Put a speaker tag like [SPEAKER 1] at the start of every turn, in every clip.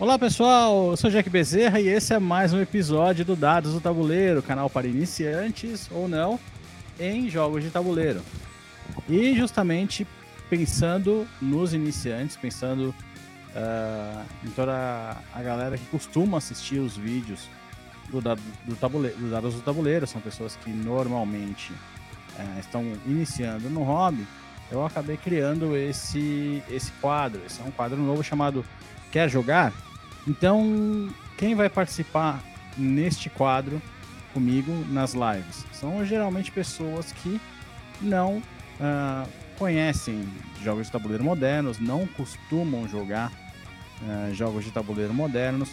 [SPEAKER 1] Olá pessoal, eu sou Jack Bezerra e esse é mais um episódio do Dados do Tabuleiro, canal para iniciantes ou não em jogos de tabuleiro. E justamente pensando nos iniciantes, pensando em toda a galera que costuma assistir os vídeos do Dados do Tabuleiro, são pessoas que normalmente estão iniciando no hobby, eu acabei criando esse quadro. Esse é um quadro novo chamado Quer Jogar? Então, quem vai participar neste quadro comigo nas lives? São geralmente pessoas que não conhecem jogos de tabuleiro modernos, não costumam jogar jogos de tabuleiro modernos.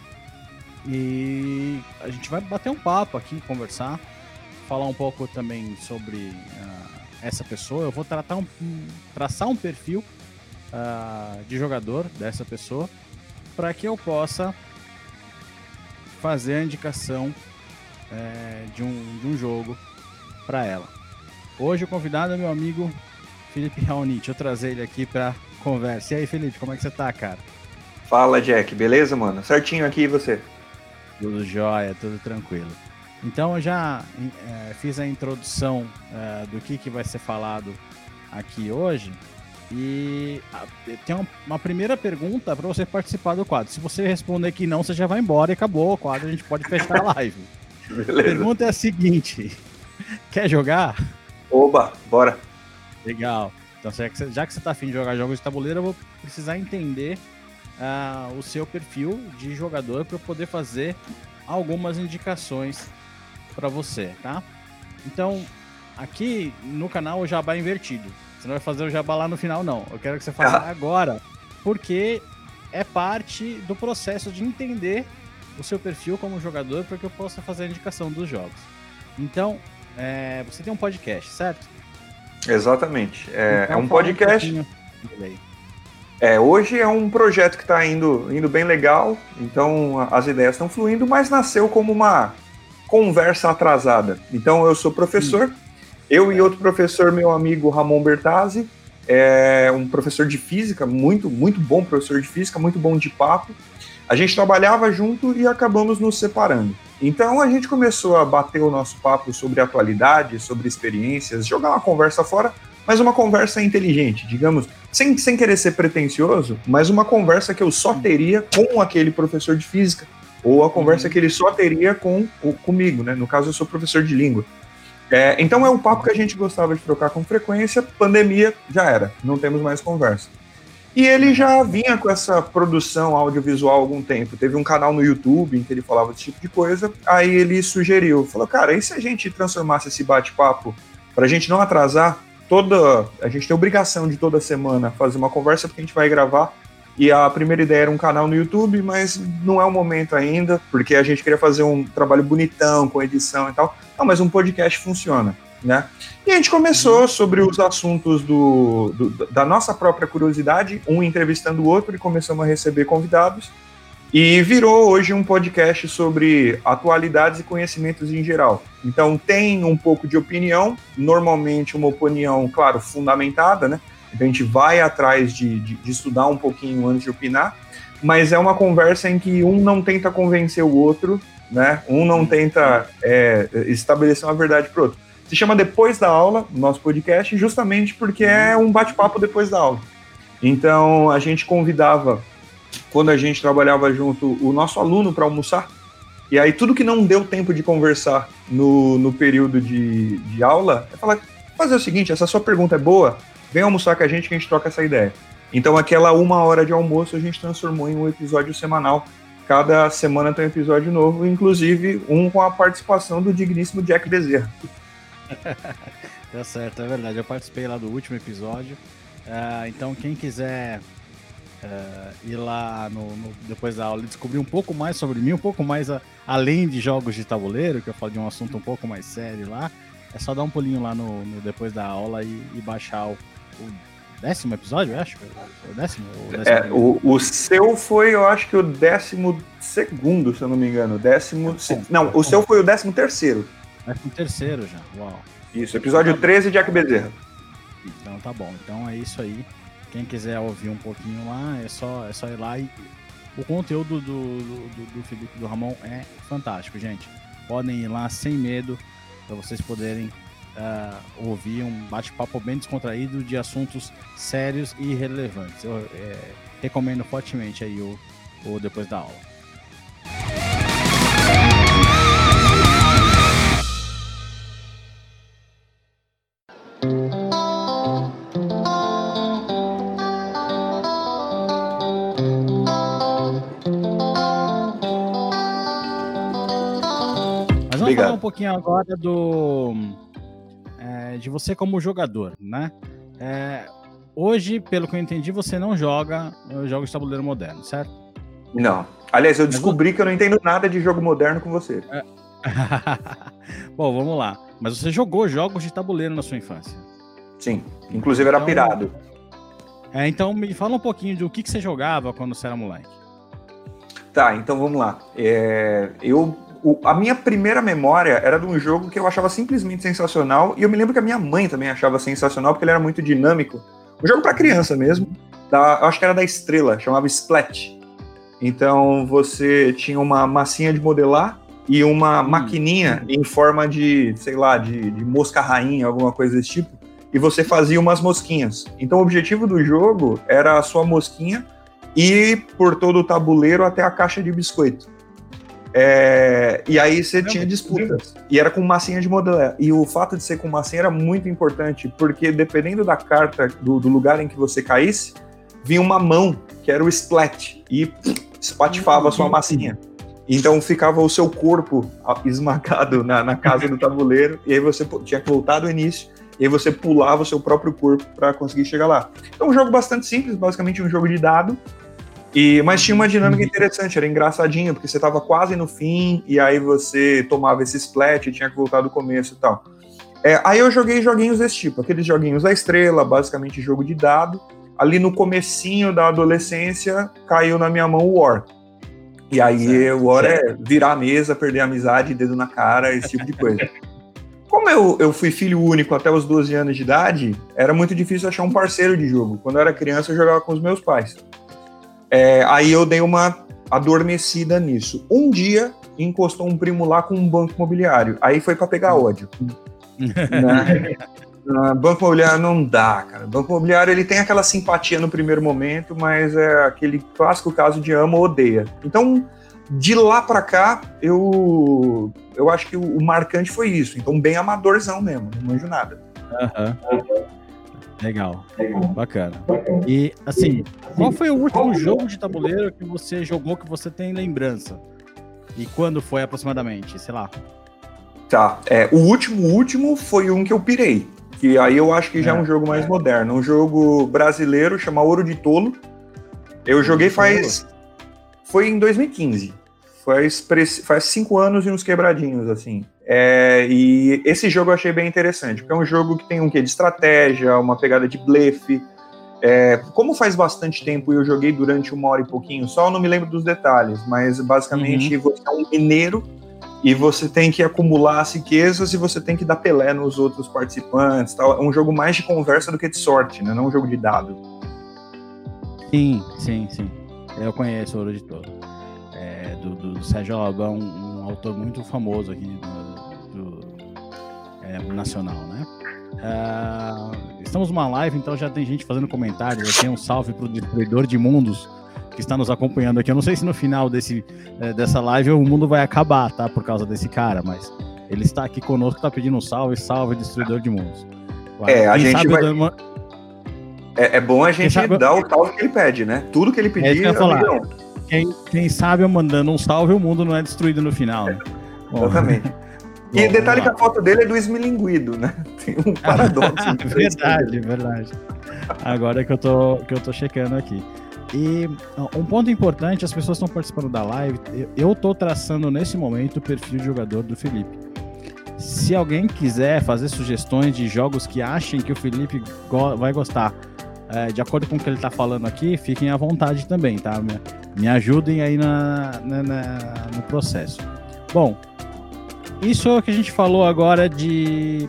[SPEAKER 1] E a gente vai bater um papo aqui, conversar, falar um pouco também sobre essa pessoa. Eu vou traçar um perfil de jogador dessa pessoa, para que eu possa fazer a indicação de um jogo para ela. Hoje o convidado é meu amigo Felipe Raoni. Deixa eu trazer ele aqui para conversa. E aí, Felipe, como é que você tá, cara?
[SPEAKER 2] Fala, Jack. Beleza, mano? Certinho aqui, e você?
[SPEAKER 1] Tudo jóia, tudo tranquilo. Então eu já fiz a introdução do que vai ser falado aqui hoje. E tem uma primeira pergunta para você participar do quadro. Se você responder que não, você já vai embora e acabou o quadro, a gente pode fechar a live.
[SPEAKER 2] Beleza.
[SPEAKER 1] A pergunta é a seguinte: quer jogar?
[SPEAKER 2] Oba, bora.
[SPEAKER 1] Legal. Então, já que você está afim de jogar jogos de tabuleiro, eu vou precisar entender o seu perfil de jogador para eu poder fazer algumas indicações para você, tá? Então, aqui no canal o jabá é invertido. Você não vai fazer o jabá lá no final, não. Eu quero que você faça agora, porque é parte do processo de entender o seu perfil como jogador, para que eu possa fazer a indicação dos jogos. Então, você tem um podcast, certo?
[SPEAKER 2] Exatamente.
[SPEAKER 1] Então,
[SPEAKER 2] é um podcast. Hoje é um projeto que está indo bem legal, então as ideias estão fluindo, mas nasceu como uma conversa atrasada. Então, eu sou professor. Eu e outro professor, meu amigo Ramon Bertazzi, é um professor de física, muito, muito bom professor de física, muito bom de papo. A gente trabalhava junto e acabamos nos separando. Então a gente começou a bater o nosso papo sobre atualidade, sobre experiências, jogar uma conversa fora, mas uma conversa inteligente, digamos, sem querer ser pretensioso, mas uma conversa que eu só teria com aquele professor de física, ou a conversa que ele só teria comigo, né? No caso, eu sou professor de língua. Então é um papo que a gente gostava de trocar com frequência. Pandemia, já era, não temos mais conversa. E ele já vinha com essa produção audiovisual há algum tempo. Teve um canal no YouTube em que ele falava desse tipo de coisa. Aí ele sugeriu, falou, cara, e se a gente transformasse esse bate-papo, pra gente não atrasar, a gente tem obrigação de toda semana fazer uma conversa, porque a gente vai gravar. E a primeira ideia era um canal no YouTube, mas não é o momento ainda, porque a gente queria fazer um trabalho bonitão, com edição e tal. Não, mas um podcast funciona, né? E a gente começou sobre os assuntos da nossa própria curiosidade, um entrevistando o outro, e começamos a receber convidados. E virou hoje um podcast sobre atualidades e conhecimentos em geral. Então tem um pouco de opinião, normalmente uma opinião, claro, fundamentada, né? Então a gente vai atrás de estudar um pouquinho antes de opinar, mas é uma conversa em que um não tenta convencer o outro, né? Um não tenta estabelecer uma verdade para o outro. Se chama Depois da Aula, nosso podcast, justamente porque é um bate-papo depois da aula. Então a gente convidava, quando a gente trabalhava junto, o nosso aluno para almoçar, e aí tudo que não deu tempo de conversar no período de aula, é fazer o seguinte, essa sua pergunta é boa, vem almoçar com a gente que a gente troca essa ideia. Então aquela 1 hora de almoço a gente transformou em um episódio semanal. Cada semana tem um episódio novo, inclusive um com a participação do digníssimo Jack Bezerra.
[SPEAKER 1] Tá certo, é verdade. Eu participei lá do último episódio. Então quem quiser ir lá depois da aula e descobrir um pouco mais sobre mim, um pouco mais além de jogos de tabuleiro, que eu falo de um assunto um pouco mais sério lá, é só dar um pulinho lá no depois da aula e baixar o 10º episódio, eu acho? O 10º?
[SPEAKER 2] O seu foi, eu acho que o 12º, se eu não me engano. Não, o seu foi o 13º.
[SPEAKER 1] 13º já, uau.
[SPEAKER 2] Isso, episódio 13, Jack Bezerra.
[SPEAKER 1] Então tá bom, então é isso aí. Quem quiser ouvir um pouquinho lá, é só ir lá o conteúdo do Felipe e do Ramon é fantástico, gente. Podem ir lá sem medo para vocês poderem ouvir um bate-papo bem descontraído de assuntos sérios e relevantes. Eu recomendo fortemente aí o Depois da Aula. Mas vamos falar um pouquinho agora de você como jogador, né? Hoje, pelo que eu entendi, você não joga jogos de tabuleiro moderno, certo?
[SPEAKER 2] Não. Aliás, eu descobri que eu não entendo nada de jogo moderno com você.
[SPEAKER 1] Bom, vamos lá. Mas você jogou jogos de tabuleiro na sua infância?
[SPEAKER 2] Sim. Inclusive era pirado.
[SPEAKER 1] Então me fala um pouquinho de o que você jogava quando você era moleque.
[SPEAKER 2] Tá, então vamos lá. A minha primeira memória era de um jogo que eu achava simplesmente sensacional, e eu me lembro que a minha mãe também achava sensacional, porque ele era muito dinâmico. Um jogo para criança mesmo, eu acho que era da Estrela, chamava Splat. Então você tinha uma massinha de modelar e uma maquininha em forma de, sei lá, de mosca-rainha, alguma coisa desse tipo, e você fazia umas mosquinhas. Então o objetivo do jogo era a sua mosquinha ir por todo o tabuleiro até a caixa de biscoito. E aí você tinha disputas. E era com massinha de modelar. E o fato de ser com massinha era muito importante, porque dependendo da carta, do lugar em que você caísse, vinha uma mão, que era o splat, e espatifava a sua massinha. Então ficava o seu corpo esmagado na casa do tabuleiro, e aí você tinha que voltar do início, e aí você pulava o seu próprio corpo para conseguir chegar lá. Então um jogo bastante simples, basicamente um jogo de dado, mas tinha uma dinâmica interessante, era engraçadinho, porque você estava quase no fim, e aí você tomava esse splat e tinha que voltar do começo e tal. Aí eu joguei joguinhos desse tipo, aqueles joguinhos da Estrela, basicamente jogo de dado. Ali no comecinho da adolescência, caiu na minha mão o War. E aí o War é virar a mesa, perder a amizade, dedo na cara, esse tipo de coisa. Como eu fui filho único até os 12 anos de idade, era muito difícil achar um parceiro de jogo. Quando eu era criança, eu jogava com os meus pais. Aí eu dei uma adormecida nisso. Um dia, encostou um primo lá com um banco imobiliário. Aí foi pra pegar ódio. Banco imobiliário não dá, cara. Banco imobiliário, ele tem aquela simpatia no primeiro momento, mas é aquele clássico caso de ama ou odeia. Então, de lá pra cá, eu acho que o marcante foi isso. Então, bem amadorzão mesmo, não manjo nada.
[SPEAKER 1] Legal, bacana. E, assim, qual foi o último jogo de tabuleiro que você jogou que você tem lembrança? E quando foi aproximadamente? Sei lá.
[SPEAKER 2] Tá, o último foi um que eu pirei. Que aí eu acho que já é um jogo mais moderno. Um jogo brasileiro, chama Ouro de Tolo. Eu joguei foi em 2015. Faz 5 anos e uns quebradinhos, assim. E esse jogo eu achei bem interessante, porque é um jogo que tem um quê de estratégia, uma pegada de blefe. Como faz bastante tempo e eu joguei durante 1 hora e pouquinho só, eu não me lembro dos detalhes, mas basicamente você é um mineiro e você tem que acumular as riquezas e você tem que dar pelé nos outros participantes. Tal. É um jogo mais de conversa do que de sorte, né? Não um jogo de dado.
[SPEAKER 1] Sim. Eu conheço o Ouro de Tolo. Do Sérgio Alabão, um autor muito famoso aqui nacional, né? Estamos numa live, então já tem gente fazendo comentários. Já tem um salve pro Destruidor de Mundos que está nos acompanhando aqui. Eu não sei se no final dessa live o mundo vai acabar, tá? Por causa desse cara, mas ele está aqui conosco, tá pedindo um salve Destruidor de Mundos.
[SPEAKER 2] A gente vai... É bom a gente dar o salve que ele pede, né? Tudo que ele pedir,
[SPEAKER 1] Quem sabe eu mandando um salve, o mundo não é destruído no final. Né?
[SPEAKER 2] Exatamente. E detalhe que a foto dele é do esmilinguido, né? Tem um paradoxo.
[SPEAKER 1] Verdade. Agora que eu tô checando aqui. E um ponto importante, as pessoas estão participando da live, eu tô traçando nesse momento o perfil de jogador do Felipe. Se alguém quiser fazer sugestões de jogos que achem que o Felipe vai gostar, de acordo com o que ele tá falando aqui, fiquem à vontade também, tá? Me ajudem aí no processo. Bom, isso é o que a gente falou agora de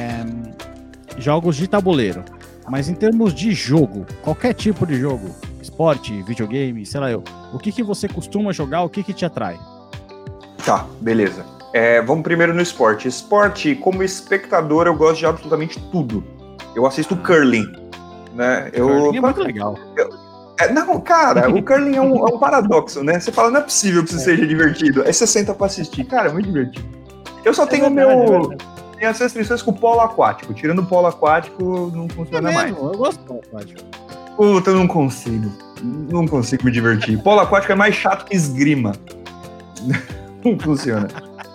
[SPEAKER 1] jogos de tabuleiro. Mas em termos de jogo, qualquer tipo de jogo, esporte, videogame, sei lá eu. O que você costuma jogar, o que te atrai?
[SPEAKER 2] Tá, beleza. Vamos primeiro no esporte. Esporte, como espectador, eu gosto de absolutamente tudo. Eu assisto curling, né?
[SPEAKER 1] Curling é muito legal.
[SPEAKER 2] Não, cara, o curling é um paradoxo, né? Você fala, não é possível que isso seja divertido. Aí você senta pra assistir. Cara, é muito divertido. Eu só tenho tenho as restrições com o polo aquático. Tirando o polo aquático, não funciona mais.
[SPEAKER 1] Eu gosto do polo aquático.
[SPEAKER 2] Puta, eu não consigo. Não consigo me divertir. Polo aquático é mais chato que esgrima. Não funciona.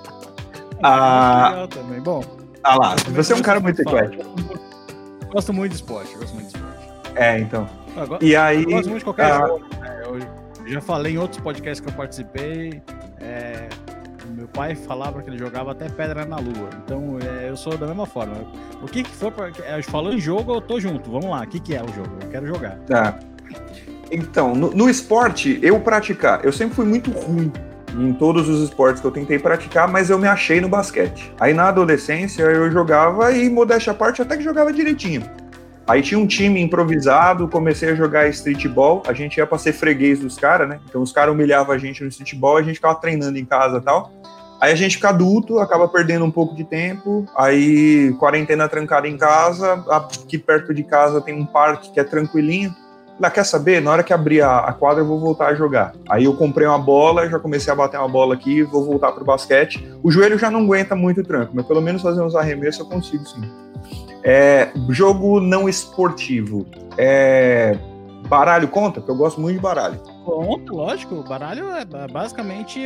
[SPEAKER 1] Legal também. Bom.
[SPEAKER 2] Lá, você é um cara muito eclético.
[SPEAKER 1] Gosto muito de esporte.
[SPEAKER 2] Então.
[SPEAKER 1] E aí, eu gosto muito de qualquer jogo. Eu já falei em outros podcasts que eu participei. Meu pai falava que ele jogava até pedra na lua. Então, eu sou da mesma forma. O que for, falou em jogo, eu tô junto. Vamos lá, o que é o jogo? Eu quero jogar.
[SPEAKER 2] Então, no esporte, eu sempre fui muito ruim em todos os esportes que eu tentei praticar, mas eu me achei no basquete. Aí na adolescência eu jogava e, modéstia à parte, até que jogava direitinho. Aí tinha um time improvisado, comecei a jogar streetball, a gente ia pra ser freguês dos caras, né? Então os caras humilhavam a gente no streetball, a gente ficava treinando em casa e tal. Aí a gente fica adulto, acaba perdendo um pouco de tempo, aí quarentena trancada em casa, aqui perto de casa tem um parque que é tranquilinho. Lá, quer saber? Na hora que abrir a quadra eu vou voltar a jogar. Aí eu comprei uma bola, já comecei a bater uma bola aqui, vou voltar pro basquete. O joelho já não aguenta muito tranco, mas pelo menos fazer uns arremessos eu consigo sim. Jogo não esportivo. Baralho conta? Porque eu gosto muito de baralho.
[SPEAKER 1] Conta, lógico. Baralho é basicamente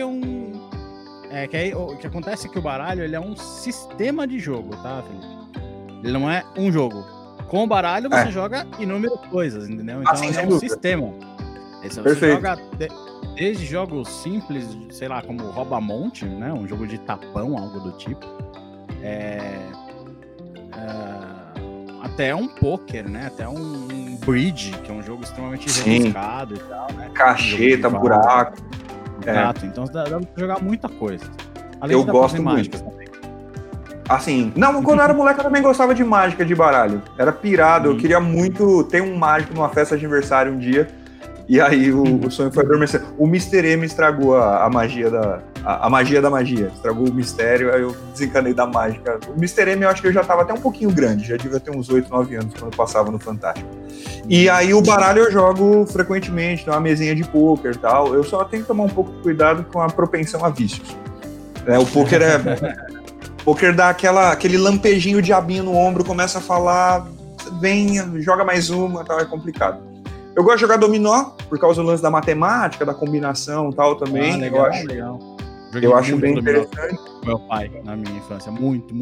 [SPEAKER 1] o que acontece é que o baralho ele é um sistema de jogo, tá, Felipe? Ele não é um jogo. Com o baralho você joga inúmeras coisas, entendeu? Então ele é um sistema. Você joga desde jogos simples, sei lá, como Rouba-Monte, né? Um jogo de tapão, algo do tipo. Até um poker, né? Até um bridge, que é um jogo extremamente rebuscado e tal, né?
[SPEAKER 2] Cacheta, buraco.
[SPEAKER 1] Exato, então dá pra jogar muita coisa.
[SPEAKER 2] Além eu gosto muito. Assim, não, quando eu era moleque eu também gostava de mágica de baralho. Era pirado, eu queria muito ter um mágico numa festa de aniversário um dia. E aí o sonho foi adormecer. O Mr. M estragou a magia da magia. Estragou o mistério, aí eu desencanei da mágica. O Mr. M eu acho que eu já tava até um pouquinho grande, já devia ter uns 8, 9 anos quando eu passava no Fantástico. E aí o baralho eu jogo frequentemente, tem uma mesinha de pôquer e tal. Eu só tenho que tomar um pouco de cuidado com a propensão a vícios. O pôquer O poker dá aquele lampejinho diabinho no ombro, começa a falar, vem, joga mais uma, tal, é complicado. Eu gosto de jogar dominó, por causa do lance da matemática, da combinação e tal também.
[SPEAKER 1] Legal.
[SPEAKER 2] Eu acho bem interessante.
[SPEAKER 1] Meu pai, na minha infância, muito.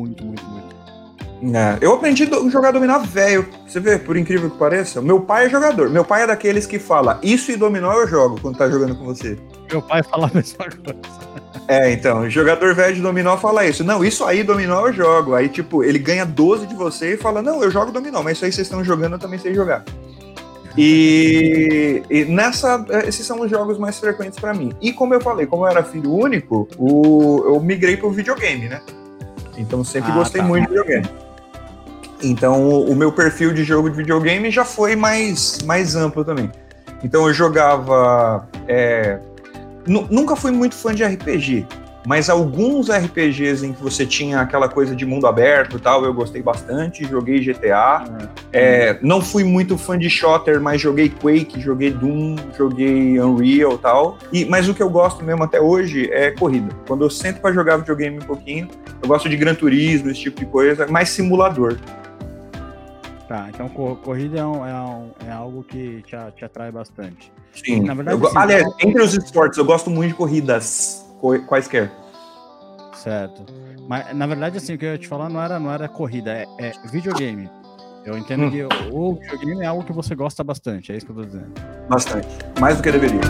[SPEAKER 2] Eu aprendi a jogar dominó velho, você vê, por incrível que pareça. Meu pai é jogador, meu pai é daqueles que fala, isso e dominó eu jogo quando tá jogando com você.
[SPEAKER 1] Meu pai fala a mesma coisa.
[SPEAKER 2] Então, jogador velho de dominó fala isso. Não, isso aí dominó eu jogo. Aí, tipo, ele ganha 12 de você e fala, não, eu jogo dominó, mas isso aí vocês estão jogando, eu também sei jogar. E esses são os jogos mais frequentes pra mim. E como eu falei, como eu era filho único, eu migrei pro videogame, né? Então sempre gostei muito de videogame. Então o meu perfil de jogo de videogame já foi mais amplo também. Então eu jogava... Nunca fui muito fã de RPG, mas alguns RPGs em que você tinha aquela coisa de mundo aberto e tal, eu gostei bastante, joguei GTA. Não fui muito fã de shooter, mas joguei Quake, joguei Doom, joguei Unreal e tal. Mas o que eu gosto mesmo até hoje é corrida. Quando eu sento pra jogar videogame um pouquinho, eu gosto de Gran Turismo, esse tipo de coisa, mais simulador.
[SPEAKER 1] Tá, então corrida é algo que te atrai bastante.
[SPEAKER 2] Sim. Na verdade, aliás, entre os esportes, eu gosto muito de corridas, quaisquer.
[SPEAKER 1] Certo. Mas, na verdade, assim, o que eu ia te falar não era corrida, é videogame. Eu entendo que o videogame é algo que você gosta bastante, é isso que eu tô dizendo.
[SPEAKER 2] Bastante. Mais do que deveria.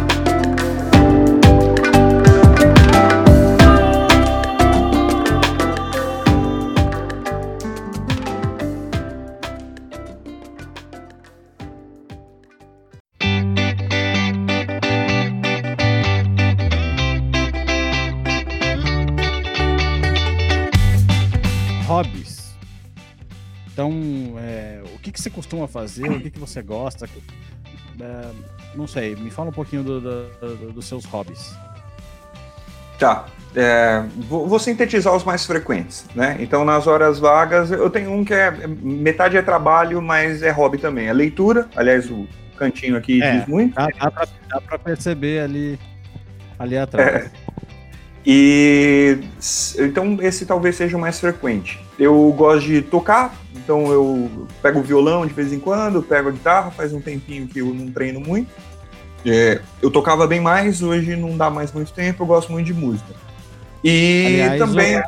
[SPEAKER 1] Hobbies. Então, o que você costuma fazer? O que você gosta? não sei, me fala um pouquinho dos seus hobbies.
[SPEAKER 2] Tá. Vou sintetizar os mais frequentes, né? Então, nas horas vagas, eu tenho um que metade é trabalho, mas é hobby também. É leitura, aliás, o cantinho aqui diz muito.
[SPEAKER 1] Dá pra perceber ali atrás.
[SPEAKER 2] Então, esse talvez seja o mais frequente. Eu gosto de tocar, então eu pego o violão de vez em quando, pego a guitarra, faz um tempinho que eu não treino muito. Eu tocava bem mais, hoje não dá mais muito tempo, eu gosto muito de música. E aliás, também...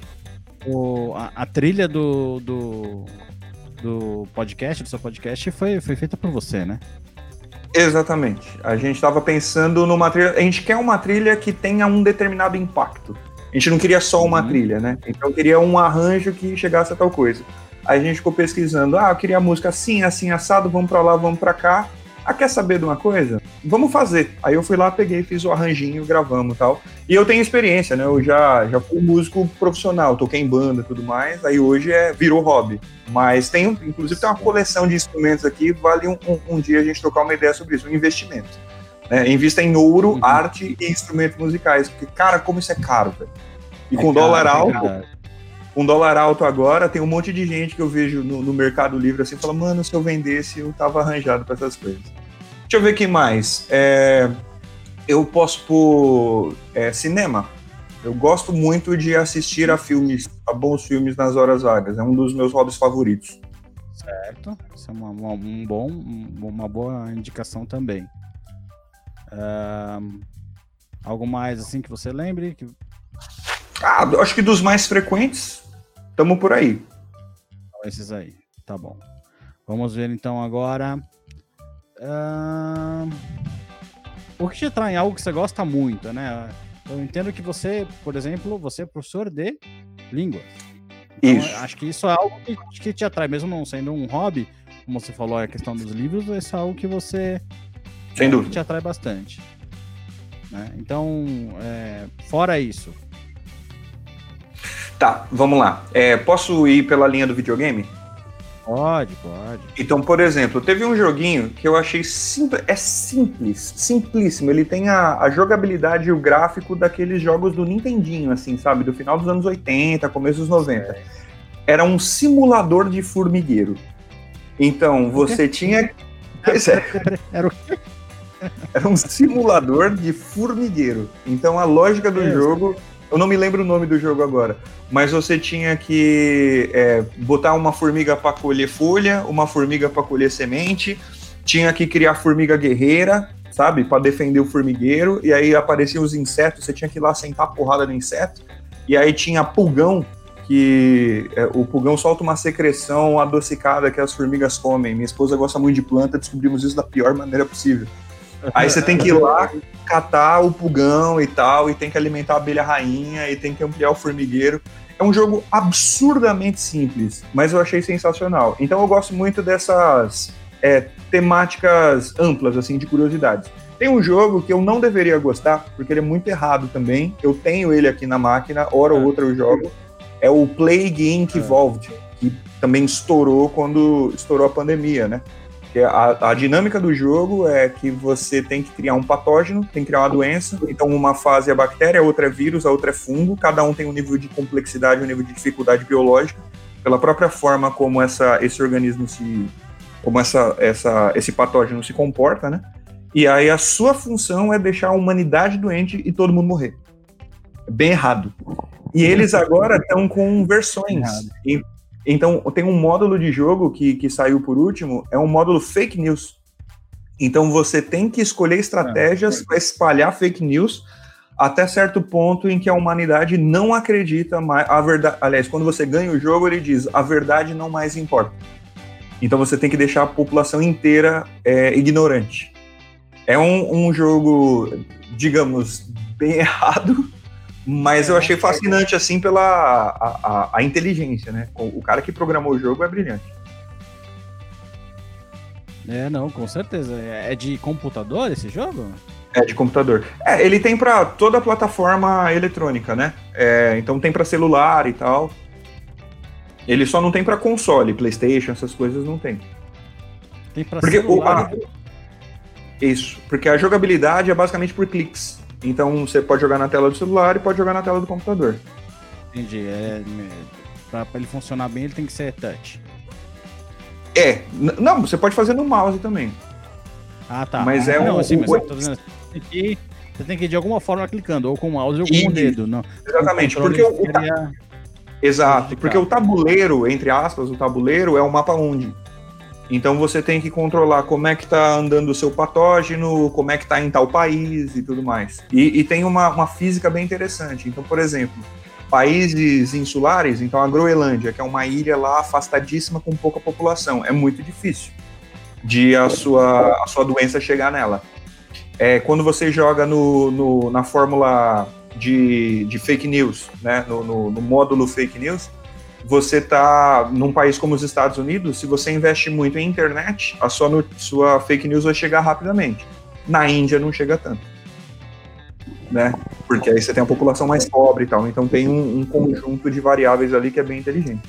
[SPEAKER 1] a trilha do podcast, do seu podcast, foi feita por você, né?
[SPEAKER 2] Exatamente. A gente estava pensando numa trilha... A gente quer uma trilha que tenha um determinado impacto. A gente não queria só uma trilha, né? Então eu queria um arranjo que chegasse a tal coisa. Aí a gente ficou pesquisando. Eu queria a música assim, assim, assado, vamos pra lá, vamos pra cá. Quer saber de uma coisa? Vamos fazer. Aí eu fui lá, peguei, fiz o arranjinho, gravamos e tal. E eu tenho experiência, né? Eu já fui músico profissional, toquei em banda e tudo mais. Aí hoje virou hobby. Mas inclusive tem uma coleção de instrumentos aqui, vale um dia a gente trocar uma ideia sobre isso, um investimento. Né? Invista em ouro, arte e instrumentos musicais. Porque, cara, como isso é caro, velho. E com dólar alto... Com dólar alto agora, tem um monte de gente que eu vejo no Mercado Livre assim, fala, mano, se eu vendesse, eu tava arranjado para essas coisas. Deixa eu ver o que mais. Eu posso pôr cinema. Eu gosto muito de assistir a bons filmes nas horas vagas. É um dos meus hobbies favoritos.
[SPEAKER 1] Certo. Isso é uma boa indicação também. Algo mais assim que você lembre?
[SPEAKER 2] Acho que dos mais frequentes, estamos por aí.
[SPEAKER 1] Esses aí, tá bom. Vamos ver então agora. O que te atrai em algo que você gosta muito, né? Eu entendo que você, por exemplo, você é professor de línguas. Então, isso. Acho que isso é algo que te atrai, mesmo não sendo um hobby, como você falou, a questão dos livros, isso é algo que você...
[SPEAKER 2] Sem dúvida.
[SPEAKER 1] Que te atrai bastante. Né? Então, fora isso...
[SPEAKER 2] Tá, vamos lá. Posso ir pela linha do videogame?
[SPEAKER 1] Pode.
[SPEAKER 2] Então, por exemplo, teve um joguinho que eu achei simplíssimo. Ele tem a jogabilidade e o gráfico daqueles jogos do Nintendinho, assim, sabe? Do final dos anos 80, começo dos 90. Era um simulador de formigueiro. Então, você tinha... Pois é.
[SPEAKER 1] Era o quê?
[SPEAKER 2] Era um simulador de formigueiro. Então, a lógica do jogo... Eu não me lembro o nome do jogo agora, mas você tinha que botar uma formiga para colher folha, uma formiga para colher semente, tinha que criar formiga guerreira, sabe, para defender o formigueiro, e aí apareciam os insetos, você tinha que ir lá sentar a porrada no inseto, e aí tinha pulgão, que o pulgão solta uma secreção adocicada que as formigas comem. Minha esposa gosta muito de planta, descobrimos isso da pior maneira possível. Aí você tem que ir lá, catar o pulgão e tal, e tem que alimentar a abelha rainha, e tem que ampliar o formigueiro. É um jogo absurdamente simples, mas eu achei sensacional. Então eu gosto muito dessas temáticas amplas, assim, de curiosidades. Tem um jogo que eu não deveria gostar, porque ele é muito errado também. Eu tenho ele aqui na máquina, hora ou outra eu jogo. É o Plague Inc. Evolved, que também estourou quando estourou a pandemia, né? A dinâmica do jogo é que você tem que criar um patógeno, tem que criar uma doença. Então, uma fase é bactéria, a outra é vírus, a outra é fungo. Cada um tem um nível de complexidade, um nível de dificuldade biológica, pela própria forma como esse organismo como esse patógeno se comporta, né? E aí a sua função é deixar a humanidade doente e todo mundo morrer. Bem errado. E eles agora estão com versões. Então, tem um módulo de jogo que saiu por último, é um módulo fake news. Então, você tem que escolher estratégias para espalhar fake news até certo ponto em que a humanidade não acredita mais. A verdade, aliás, quando você ganha o jogo, ele diz, a verdade não mais importa. Então, você tem que deixar a população inteira ignorante. É um jogo, digamos, bem errado, mas eu achei fascinante, assim, pela a inteligência, né? O cara que programou o jogo é brilhante.
[SPEAKER 1] Não, com certeza. É de computador esse jogo?
[SPEAKER 2] É de computador. Ele tem para toda a plataforma eletrônica, né? Então tem para celular e tal. Ele só não tem para console, PlayStation, essas coisas não tem.
[SPEAKER 1] Tem para celular?
[SPEAKER 2] Isso, porque a jogabilidade é basicamente por cliques. Então você pode jogar na tela do celular e pode jogar na tela do computador.
[SPEAKER 1] Entendi. Pra ele funcionar bem, ele tem que ser touch.
[SPEAKER 2] Não, você pode fazer no mouse também.
[SPEAKER 1] Ah, tá.
[SPEAKER 2] Mas
[SPEAKER 1] não, assim, mas eu tô dizendo, você tem que ir de alguma forma clicando, ou com o mouse ou com o dedo. Não.
[SPEAKER 2] Exatamente, porque Exato, porque o tabuleiro, entre aspas, o tabuleiro é o mapa mundi. Então você tem que controlar como é que tá andando o seu patógeno, como é que tá em tal país e tudo mais. E tem uma física bem interessante. Então, por exemplo, países insulares, então a Groenlândia, que é uma ilha lá afastadíssima com pouca população, é muito difícil de a sua doença chegar nela. Quando você joga na fórmula de fake news, né, no módulo fake news, você está num país como os Estados Unidos, se você investe muito em internet, a sua fake news vai chegar rapidamente. Na Índia não chega tanto, né? Porque aí você tem a população mais pobre e tal. Então tem um conjunto de variáveis ali que é bem inteligente.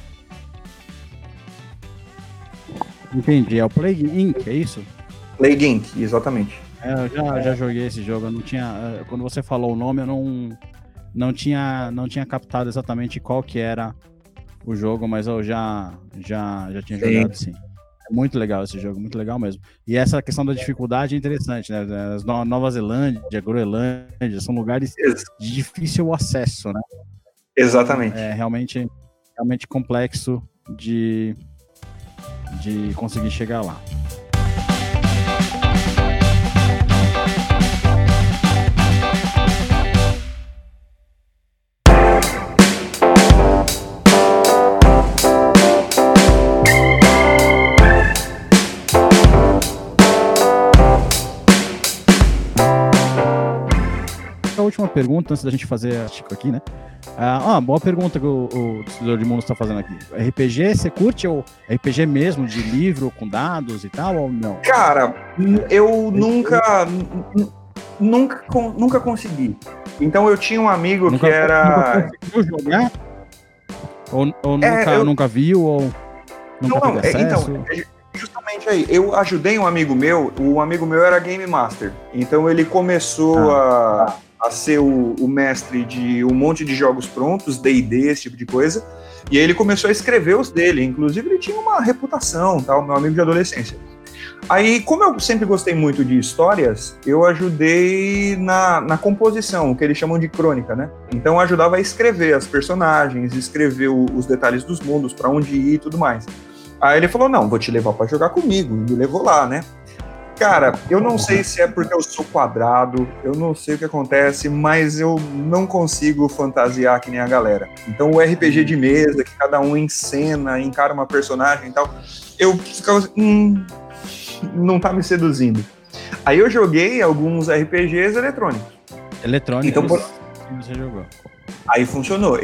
[SPEAKER 1] Entendi. É o Plague Inc., é isso?
[SPEAKER 2] Plague Inc., exatamente.
[SPEAKER 1] Eu já joguei esse jogo. Eu não tinha. Quando você falou o nome, eu não tinha captado exatamente qual que era o jogo, mas eu já tinha jogado, sim. É muito legal esse jogo, muito legal mesmo. E essa questão da dificuldade é interessante, né? Nova Zelândia, Groenlândia, são lugares de difícil acesso, né?
[SPEAKER 2] Exatamente.
[SPEAKER 1] É realmente complexo de conseguir chegar lá. A última pergunta, antes da gente fazer a Chico aqui, né? Boa pergunta que o Destruidor de Mundos está fazendo aqui. RPG, você curte ou RPG mesmo, de livro, com dados e tal, ou não?
[SPEAKER 2] Cara, eu nunca consegui. Então eu tinha um amigo que era...
[SPEAKER 1] Nunca conseguiu jogar? Ou nunca viu, ou nunca teve acesso?
[SPEAKER 2] Então, justamente aí, eu ajudei um amigo meu era Game Master. Então ele começou a ser o mestre de um monte de jogos prontos, D&D, esse tipo de coisa, e aí ele começou a escrever os dele, inclusive ele tinha uma reputação, tal, meu amigo de adolescência. Aí, como eu sempre gostei muito de histórias, eu ajudei na composição, o que eles chamam de crônica, né? Então eu ajudava a escrever as personagens, escrever os detalhes dos mundos, pra onde ir e tudo mais. Aí ele falou, não, vou te levar pra jogar comigo, me levou lá, né? Cara, eu não sei se é porque eu sou quadrado, eu não sei o que acontece, mas eu não consigo fantasiar que nem a galera. Então o RPG de mesa, que cada um encena, encara uma personagem e tal, eu ficava assim, não tá me seduzindo. Aí eu joguei alguns RPGs eletrônicos.
[SPEAKER 1] Então, você jogou.
[SPEAKER 2] Aí funcionou.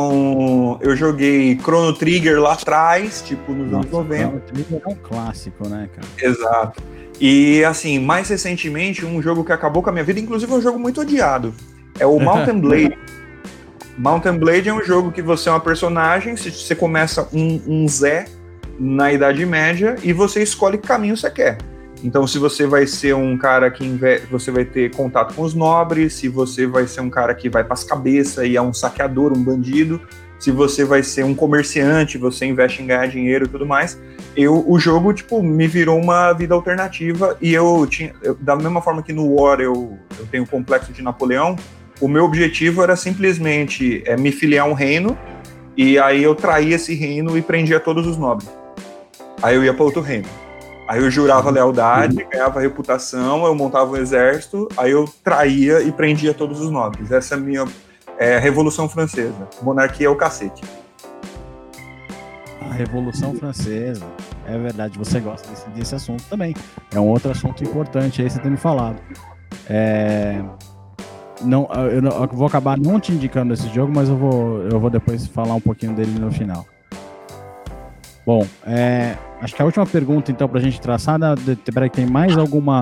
[SPEAKER 2] Então, eu joguei Chrono Trigger lá atrás, tipo, nos anos 90.
[SPEAKER 1] Chrono Trigger é um clássico, né, cara?
[SPEAKER 2] Exato. E, assim, mais recentemente, um jogo que acabou com a minha vida, inclusive um jogo muito odiado, é o Mountain Blade. Mountain Blade é um jogo que você é uma personagem, você começa um Zé na Idade Média e você escolhe que caminho você quer. Então, se você vai ser um cara que você vai ter contato com os nobres, se você vai ser um cara que vai para as cabeças e é um saqueador, um bandido, se você vai ser um comerciante, você investe em ganhar dinheiro e tudo mais. O jogo, tipo, me virou uma vida alternativa e da mesma forma que no War eu tenho o complexo de Napoleão, o meu objetivo era simplesmente me filiar a um reino e aí eu traía esse reino e prendia todos os nobres. Aí eu ia para outro reino. Aí eu jurava lealdade, ganhava reputação, eu montava um exército, aí eu traía e prendia todos os nobres. Essa é a minha Revolução Francesa. Monarquia é o cacete.
[SPEAKER 1] A Revolução Francesa. É verdade, você gosta desse assunto também. É um outro assunto importante aí, você tem me falado. Eu vou acabar não te indicando esse jogo, mas eu vou depois falar um pouquinho dele no final. Bom, acho que a última pergunta, então, pra gente traçar, peraí, tem mais alguma...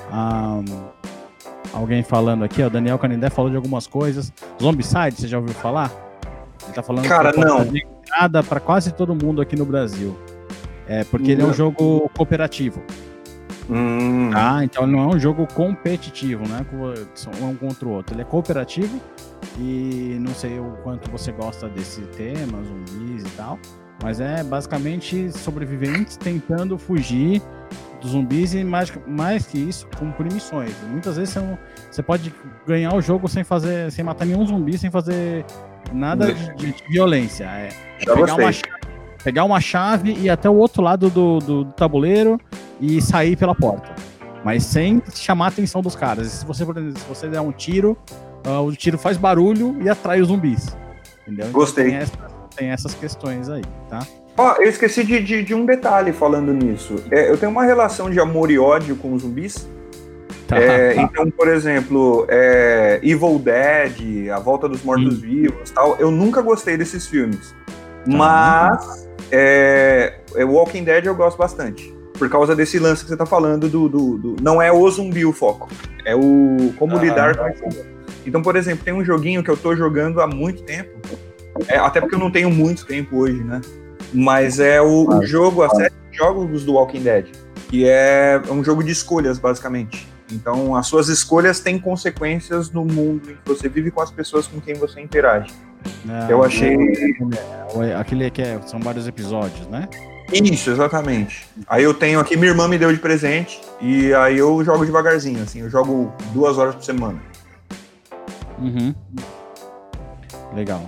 [SPEAKER 1] alguém falando aqui, o Daniel Canindé falou de algumas coisas. Zombicide, você já ouviu falar? Ele tá falando
[SPEAKER 2] Cara,
[SPEAKER 1] que
[SPEAKER 2] não.
[SPEAKER 1] Nada para quase todo mundo aqui no Brasil. Porque ele é um jogo cooperativo. Tá? Então não é um jogo competitivo, né? Um contra o outro. Ele é cooperativo e não sei o quanto você gosta desse tema, zumbis e tal, mas é basicamente sobreviventes tentando fugir dos zumbis e mais que isso, cumprir missões. Muitas vezes você pode ganhar o jogo sem matar nenhum zumbi, sem fazer nada de violência. Pegar uma chave e ir até o outro lado do tabuleiro e sair pela porta. Mas sem chamar a atenção dos caras. Se você der um tiro, o tiro faz barulho e atrai os zumbis. Entendeu?
[SPEAKER 2] Gostei.
[SPEAKER 1] Então tem essas questões aí, tá?
[SPEAKER 2] Eu esqueci de um detalhe falando nisso. Eu tenho uma relação de amor e ódio com os zumbis. Tá. Então, por exemplo, Evil Dead, A Volta dos Mortos-Vivos, tal, eu nunca gostei desses filmes. Mas Walking Dead eu gosto bastante. Por causa desse lance que você tá falando não é o zumbi o foco. É o como lidar com isso. Então, por exemplo, tem um joguinho que eu tô jogando há muito tempo. Até porque eu não tenho muito tempo hoje, né? Mas é o jogo, a série de jogos do Walking Dead. Que é um jogo de escolhas, basicamente. Então, as suas escolhas têm consequências no mundo em que você vive com as pessoas com quem você interage. Eu achei...
[SPEAKER 1] Aquele que são vários episódios, né?
[SPEAKER 2] Isso, exatamente. Aí eu tenho aqui, minha irmã me deu de presente, e aí eu jogo devagarzinho, assim, eu jogo 2 horas por semana.
[SPEAKER 1] Uhum. Legal.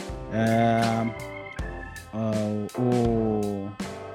[SPEAKER 1] O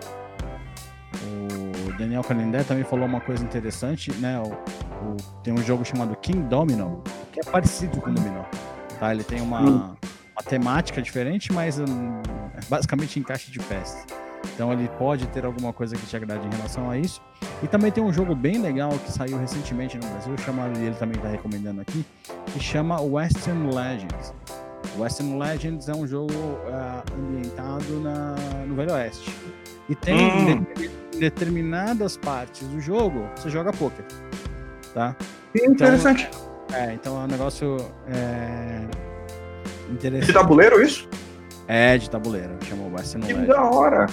[SPEAKER 1] Daniel Calendar também falou uma coisa interessante, né? Tem um jogo chamado King Domino, que é parecido com o Dominó. Tá? Ele tem uma temática diferente, mas é basicamente encaixe de peças. Então ele pode ter alguma coisa que te agrade em relação a isso. E também tem um jogo bem legal que saiu recentemente no Brasil, e ele também está recomendando aqui, que chama Western Legends. Western Legends é um jogo ambientado no Velho Oeste. E tem em determinadas partes do jogo, você joga poker. Tá?
[SPEAKER 2] Interessante.
[SPEAKER 1] Então é um negócio interessante.
[SPEAKER 2] De tabuleiro isso?
[SPEAKER 1] De tabuleiro, chama Western Legends.
[SPEAKER 2] Que da hora!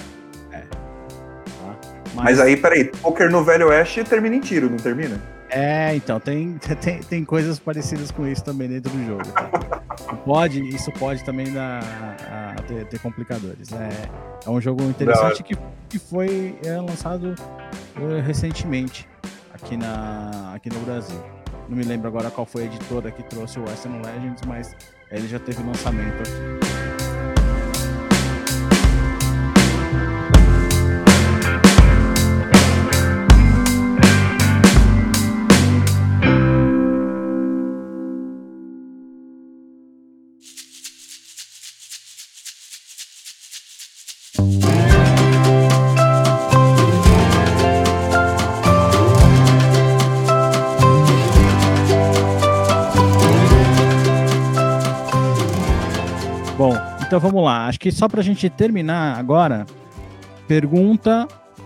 [SPEAKER 2] Mas aí, peraí, poker no Velho Oeste termina em tiro, não termina?
[SPEAKER 1] Então, tem coisas parecidas com isso também dentro do jogo. Tá? Isso pode também ter complicadores. É um jogo interessante que foi lançado recentemente aqui no Brasil. Não me lembro agora qual foi a editora que trouxe o Western Legends, mas ele já teve lançamento aqui. Bom, então vamos lá. Acho que só pra gente terminar agora, pergunta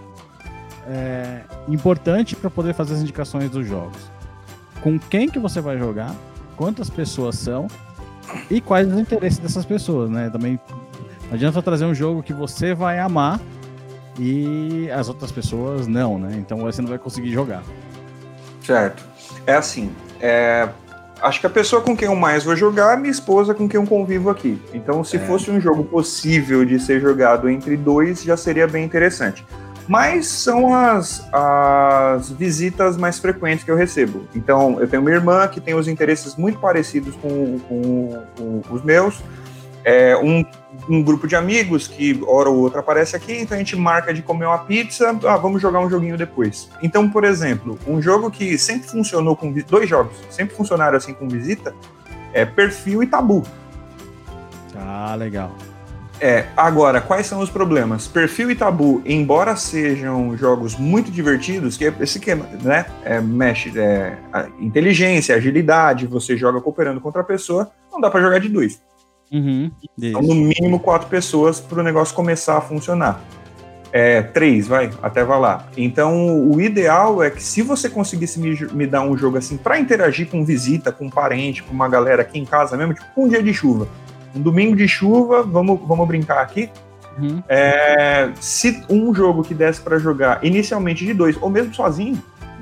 [SPEAKER 1] importante para poder fazer as indicações dos jogos. Com quem que você vai jogar? Quantas pessoas são? E quais os interesses dessas pessoas, né? Também não adianta trazer um jogo que você vai amar e as outras pessoas não, né? Então você não vai conseguir jogar.
[SPEAKER 2] Certo. É assim, acho que a pessoa com quem eu mais vou jogar é minha esposa, com quem eu convivo aqui. Então, se fosse um jogo possível de ser jogado entre 2, já seria bem interessante. Mas são as visitas mais frequentes que eu recebo. Então, eu tenho minha irmã, que tem os interesses muito parecidos com os meus. Um grupo de amigos que, hora ou outra, aparece aqui. Então, a gente marca de comer uma pizza. Vamos jogar um joguinho depois. Então, por exemplo, um jogo que sempre funcionou com... 2 jogos sempre funcionaram assim com visita é Perfil e Tabu.
[SPEAKER 1] Legal.
[SPEAKER 2] Agora, quais são os problemas? Perfil e Tabu, embora sejam jogos muito divertidos, que é esse esquema, né? Mexe inteligência, agilidade, você joga cooperando contra a pessoa, não dá pra jogar de 2. Então, no mínimo 4 pessoas para o negócio começar a funcionar. 3, até vai lá. Então, o ideal é que se você conseguisse me dar um jogo assim para interagir com visita, com parente, com uma galera aqui em casa mesmo, tipo um dia de chuva. Um domingo de chuva, vamos brincar aqui. Se um jogo que desse para jogar inicialmente de 2, ou mesmo sozinho,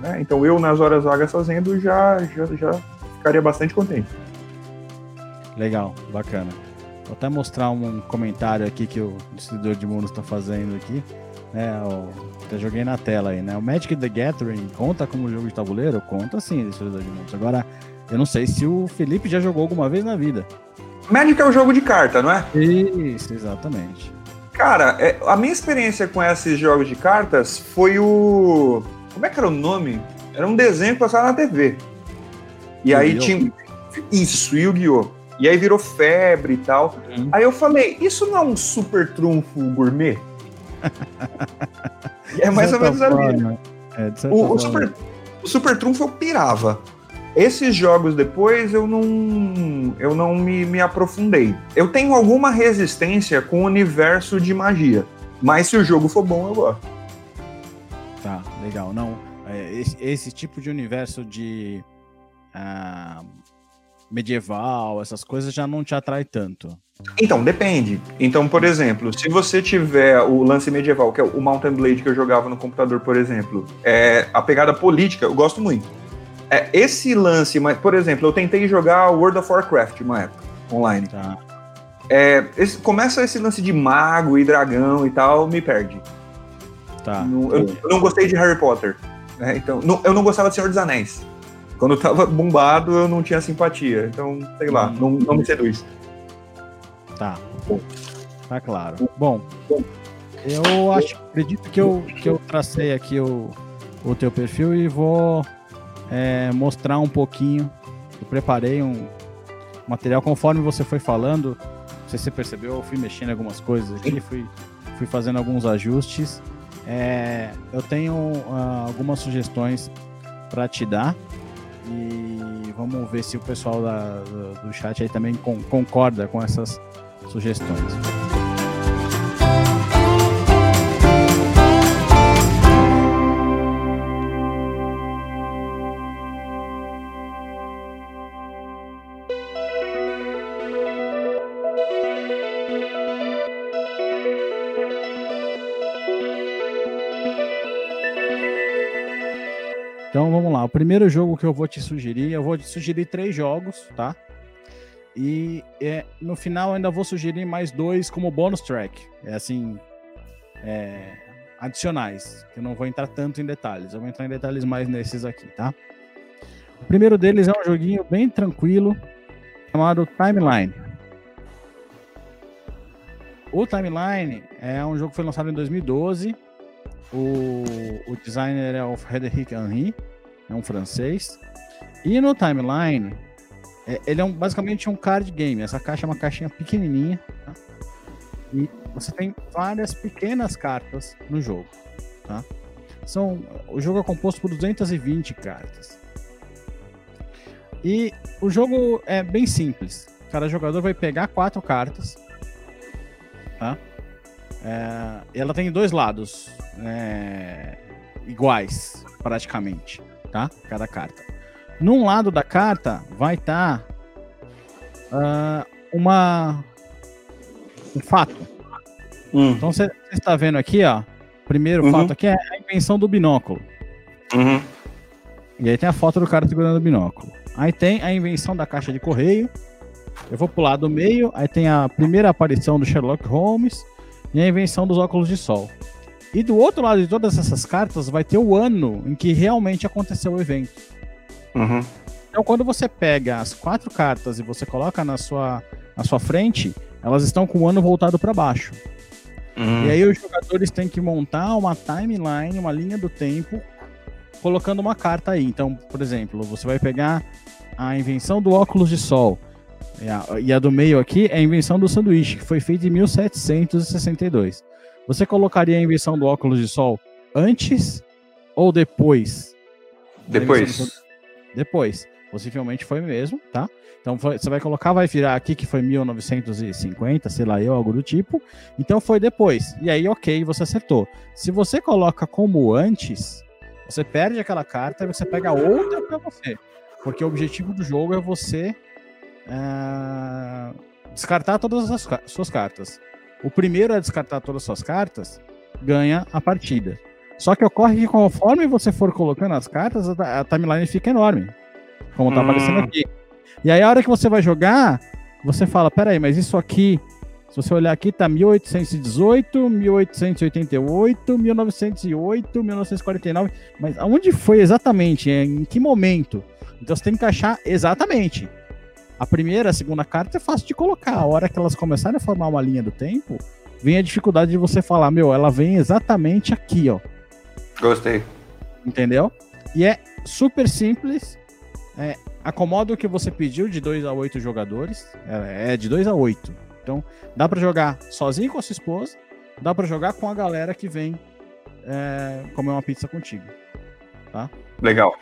[SPEAKER 2] né? Então eu, nas horas vagas fazendo, já ficaria bastante contente.
[SPEAKER 1] Legal, bacana. Vou até mostrar um comentário aqui que o Destruidor de Mundos está fazendo aqui. Até joguei na tela aí, né? O Magic the Gathering conta como jogo de tabuleiro? Conta sim, Destruidor de Mundos. Agora, eu não sei se o Felipe já jogou alguma vez na vida.
[SPEAKER 2] Magic é um jogo de carta, não é?
[SPEAKER 1] Isso, exatamente.
[SPEAKER 2] Cara, a minha experiência com esses jogos de cartas foi o... Como é que era o nome? Era um desenho que passava na TV. E aí tinha... Isso, Yu-Gi-Oh! E aí virou febre e tal. Aí eu falei, isso não é um super trunfo gourmet? É mais ou menos ali. O super trunfo eu pirava. Esses jogos depois eu não me aprofundei. Eu tenho alguma resistência com o universo de magia. Mas se o jogo for bom, eu gosto.
[SPEAKER 1] Tá, legal. Não, esse tipo de universo de... medieval, essas coisas já não te atrai tanto.
[SPEAKER 2] Então, depende. Então, por exemplo, se você tiver o lance medieval, que é o Mount and Blade que eu jogava no computador, por exemplo, a pegada política, eu gosto muito. Esse lance, mas, por exemplo, eu tentei jogar World of Warcraft uma época, online.
[SPEAKER 1] Tá.
[SPEAKER 2] Começa esse lance de mago e dragão e tal, me perde.
[SPEAKER 1] Tá.
[SPEAKER 2] Eu não gostei de Harry Potter. Né? Então, eu não gostava de Senhor dos Anéis. Quando eu tava bombado, eu não tinha simpatia. Então, sei lá, não me seduz.
[SPEAKER 1] Tá. Tá claro. Bom, eu acredito que eu tracei aqui o teu perfil e vou mostrar um pouquinho. Eu preparei um material conforme você foi falando. Não sei se você percebeu, eu fui mexendo em algumas coisas aqui, fui fazendo alguns ajustes. Eu tenho algumas sugestões para te dar. E vamos ver se o pessoal do chat aí também concorda com essas sugestões. Então vamos lá, o primeiro jogo que eu vou te sugerir 3 jogos, tá? E no final eu ainda vou sugerir mais 2 como bonus track, adicionais, que eu não vou entrar tanto em detalhes, eu vou entrar em detalhes mais nesses aqui, tá? O primeiro deles é um joguinho bem tranquilo, chamado Timeline. O Timeline é um jogo que foi lançado em 2012, o designer é o Frédéric Henry, é um francês. E no Timeline, ele é basicamente um card game. Essa caixa é uma caixinha pequenininha, tá? E você tem várias pequenas cartas no jogo, tá? O jogo é composto por 220 cartas. E o jogo é bem simples. Cada jogador vai pegar 4 cartas, tá? Ela tem 2 lados iguais, praticamente, tá? Cada carta. Num lado da carta vai estar um fato. Então você está vendo aqui, ó. O primeiro fato aqui é a invenção do binóculo. E aí tem a foto do cara segurando o binóculo. Aí tem a invenção da caixa de correio. Eu vou pular do meio. Aí tem a primeira aparição do Sherlock Holmes e a invenção dos óculos de sol. E do outro lado de todas essas cartas vai ter o ano em que realmente aconteceu o evento. Então quando você pega as 4 cartas e você coloca na sua frente, elas estão com o ano voltado para baixo. E aí os jogadores têm que montar uma timeline, uma linha do tempo, colocando uma carta aí. Então, por exemplo, você vai pegar a invenção do óculos de sol. E a do meio aqui é a invenção do sanduíche, que foi feita em 1762. Você colocaria a invenção do óculos de sol antes ou depois? Depois. Possivelmente foi mesmo, tá? Então você vai colocar, vai virar aqui que foi 1950, sei lá, algo do tipo. Então foi depois. E aí, ok, você acertou. Se você coloca como antes, você perde aquela carta e você pega outra para você. Porque o objetivo do jogo é você descartar todas as suas cartas. O primeiro a descartar todas as suas cartas ganha a partida. Só que ocorre que conforme você for colocando as cartas, a timeline fica enorme. Como tá aparecendo aqui. E aí a hora que você vai jogar, você fala, peraí, mas isso aqui, se você olhar aqui, tá 1818, 1888, 1908, 1949. Mas aonde foi exatamente? Em que momento? Então você tem que achar exatamente. A primeira, a segunda carta é fácil de colocar. A hora que elas começarem a formar uma linha do tempo, vem a dificuldade de você falar, ela vem exatamente aqui, ó.
[SPEAKER 2] Gostei.
[SPEAKER 1] Entendeu? E é super simples. Acomoda o que você pediu de 2 a 8 jogadores. É de 2 a 8. Então, dá pra jogar sozinho com a sua esposa. Dá pra jogar com a galera que vem comer uma pizza contigo. Tá?
[SPEAKER 2] Legal.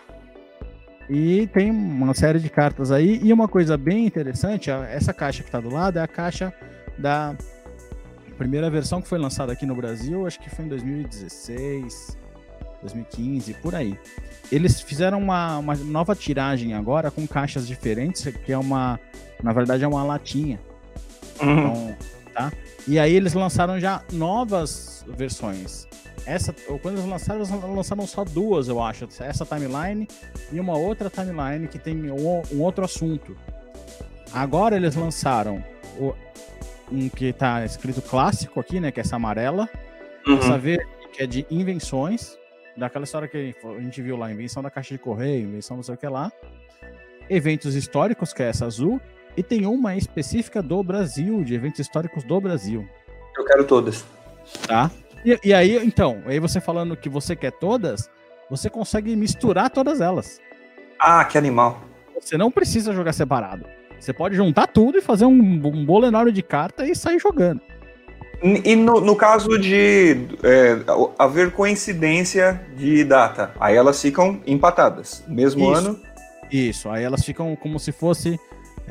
[SPEAKER 1] E tem uma série de cartas aí. E uma coisa bem interessante, essa caixa que tá do lado é a caixa da primeira versão que foi lançada aqui no Brasil, acho que foi em 2016, 2015, por aí. Eles fizeram uma nova tiragem agora com caixas diferentes, que na verdade é uma latinha. Então, tá? E aí eles lançaram já novas versões. Quando eles lançaram só 2, eu acho. Essa timeline e uma outra timeline que tem um outro assunto. Agora eles lançaram um que tá escrito clássico aqui, né? Que é essa amarela. Essa verde que é de invenções. Daquela história que a gente viu lá. Invenção da caixa de correio, invenção não sei o que lá. Eventos históricos, que é essa azul. E tem uma específica do Brasil, de eventos históricos do Brasil.
[SPEAKER 2] Eu quero todas.
[SPEAKER 1] Tá? E aí, então, aí você falando que você quer todas, você consegue misturar todas elas.
[SPEAKER 2] Ah, que animal.
[SPEAKER 1] Você não precisa jogar separado. Você pode juntar tudo e fazer um bolo enorme de carta e sair jogando.
[SPEAKER 2] E no caso de haver coincidência de data, aí elas ficam empatadas. Mesmo ano?
[SPEAKER 1] Isso, aí elas ficam como se fosse...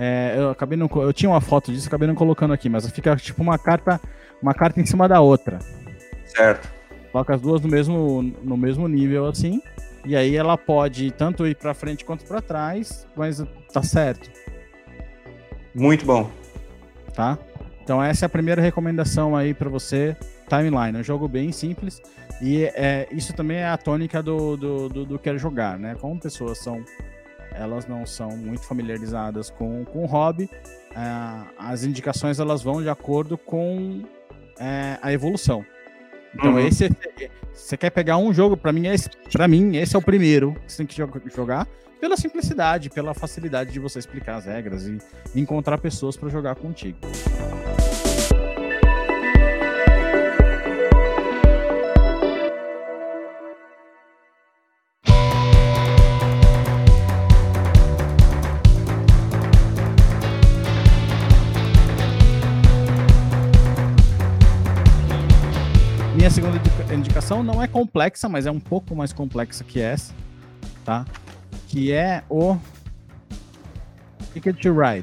[SPEAKER 1] eu tinha uma foto disso, acabei não colocando aqui, mas fica tipo uma carta em cima da outra.
[SPEAKER 2] Certo.
[SPEAKER 1] Coloca as duas no mesmo nível, assim, e aí ela pode tanto ir pra frente quanto pra trás, mas tá certo.
[SPEAKER 2] Muito bom.
[SPEAKER 1] Tá? Então essa é a primeira recomendação aí pra você, Timeline. É um jogo bem simples, e isso também é a tônica do Quero Jogar, né? Como pessoas elas não são muito familiarizadas com o hobby, as indicações elas vão de acordo com a evolução. Então você quer pegar um jogo, pra mim esse é o primeiro que você tem que jogar, pela simplicidade, pela facilidade de você explicar as regras e encontrar pessoas para jogar contigo. Minha segunda indicação não é complexa, mas é um pouco mais complexa que essa, tá? Que é o Ticket to Ride.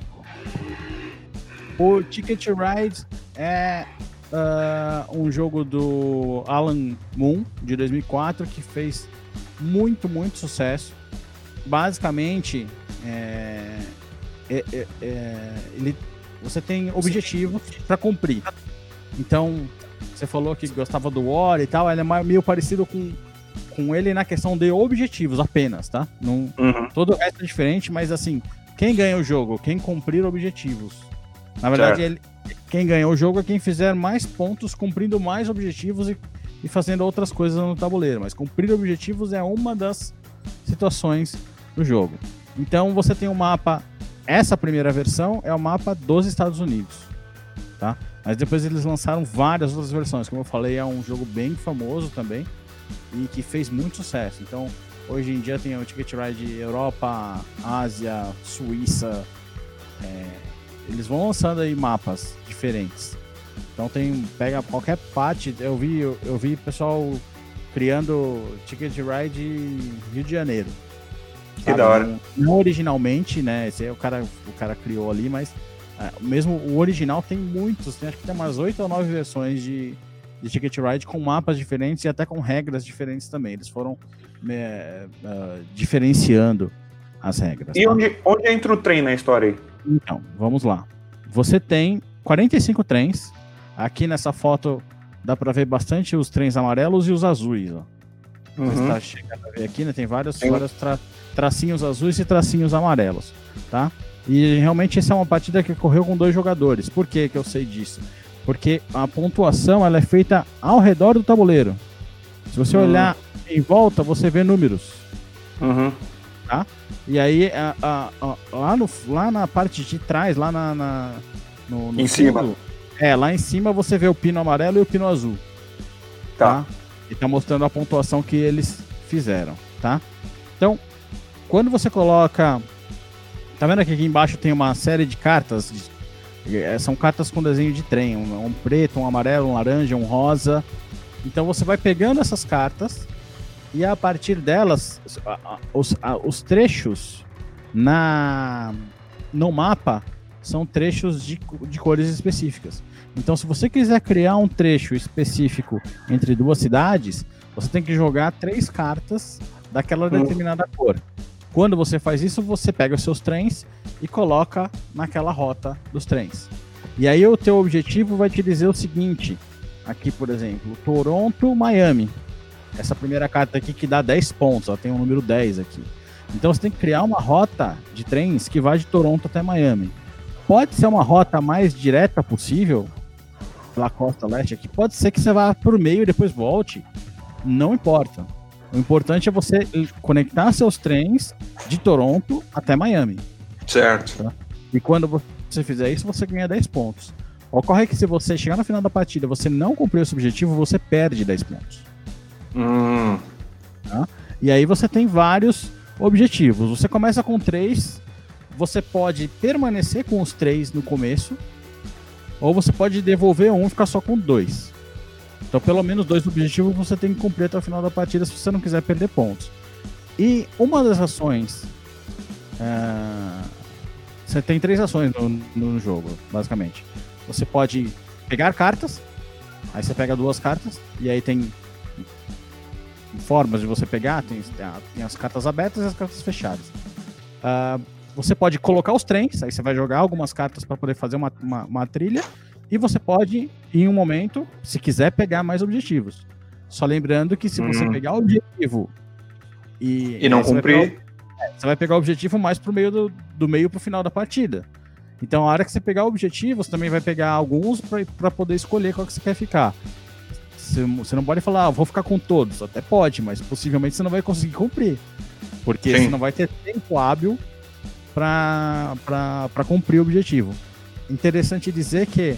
[SPEAKER 1] O Ticket to Ride é um jogo do Alan Moon, de 2004, que fez muito, muito sucesso. Basicamente, você tem objetivos para cumprir. Então, você falou que gostava do War e tal, ele é meio parecido com ele na questão de objetivos apenas, tá? Todo o resto é diferente, mas assim, quem ganha o jogo? Quem cumprir objetivos. Na verdade, quem ganha o jogo é quem fizer mais pontos cumprindo mais objetivos e fazendo outras coisas no tabuleiro. Mas cumprir objetivos é uma das situações do jogo. Então você tem um mapa, essa primeira versão é o mapa dos Estados Unidos, tá? Mas depois eles lançaram várias outras versões. Como eu falei, é um jogo bem famoso também e que fez muito sucesso. Então, hoje em dia tem o Ticket Ride Europa, Ásia, Suíça. Eles vão lançando aí mapas diferentes. Então pega qualquer parte. Eu vi pessoal criando Ticket Ride Rio de Janeiro.
[SPEAKER 2] Que da hora.
[SPEAKER 1] Não originalmente, né? Esse aí o cara criou ali, mas mesmo o original tem muitos, acho que tem umas 8 ou 9 versões de Ticket Ride com mapas diferentes e até com regras diferentes também. Eles foram diferenciando as regras.
[SPEAKER 2] E tá? onde entra o trem na história aí?
[SPEAKER 1] Então, vamos lá. Você tem 45 trens. Aqui nessa foto dá pra ver bastante os trens amarelos e os azuis, ó. Você tá chegando a ver aqui, né? Tem vários tracinhos azuis e tracinhos amarelos, tá? E realmente essa é uma partida que ocorreu com 2 jogadores. Por que eu sei disso? Porque a pontuação ela é feita ao redor do tabuleiro. Se você olhar em volta, você vê números. Tá? E aí, lá na parte de trás, lá no
[SPEAKER 2] em cima.
[SPEAKER 1] Lá em cima você vê o pino amarelo e o pino azul. Tá? E tá mostrando a pontuação que eles fizeram, tá? Então, quando você coloca... Tá vendo que aqui embaixo tem uma série de cartas? São cartas com desenho de trem. Um preto, um amarelo, um laranja, um rosa. Então você vai pegando essas cartas e a partir delas, os trechos no mapa são trechos de cores específicas. Então, se você quiser criar um trecho específico entre 2 cidades, você tem que jogar 3 cartas daquela determinada cor. Quando você faz isso, você pega os seus trens e coloca naquela rota dos trens. E aí o teu objetivo vai te dizer o seguinte, aqui, por exemplo, Toronto, Miami. Essa primeira carta aqui que dá 10 pontos, ela tem o número 10 aqui. Então você tem que criar uma rota de trens que vai de Toronto até Miami. Pode ser uma rota mais direta possível, pela costa leste aqui. Pode ser que você vá por meio e depois volte. Não importa. O importante é você conectar seus trens de Toronto até Miami.
[SPEAKER 2] Certo.
[SPEAKER 1] Tá? E quando você fizer isso, você ganha 10 pontos. Ocorre que se você chegar no final da partida você não cumprir esse objetivo, você perde 10 pontos. Tá? E aí você tem vários objetivos. Você começa com 3, você pode permanecer com os 3 no começo, ou você pode devolver um e ficar só com 2. Então pelo menos 2 objetivos você tem que cumprir até o final da partida se você não quiser perder pontos. E uma das ações... você tem 3 ações no jogo, basicamente. Você pode pegar cartas, aí você pega 2 cartas, e aí tem formas de você pegar, tem as cartas abertas e as cartas fechadas. Você pode colocar os trens, aí você vai jogar algumas cartas para poder fazer uma trilha, e você pode, em um momento, se quiser, pegar mais objetivos. Só lembrando que se você pegar o objetivo
[SPEAKER 2] e não cumprir,
[SPEAKER 1] você vai pegar o objetivo mais pro meio do meio pro final da partida. Então, a hora que você pegar o objetivo, você também vai pegar alguns para poder escolher qual que você quer ficar. Você não pode falar, vou ficar com todos. Até pode, mas possivelmente você não vai conseguir cumprir. Porque você não vai ter tempo hábil para cumprir o objetivo. Interessante dizer que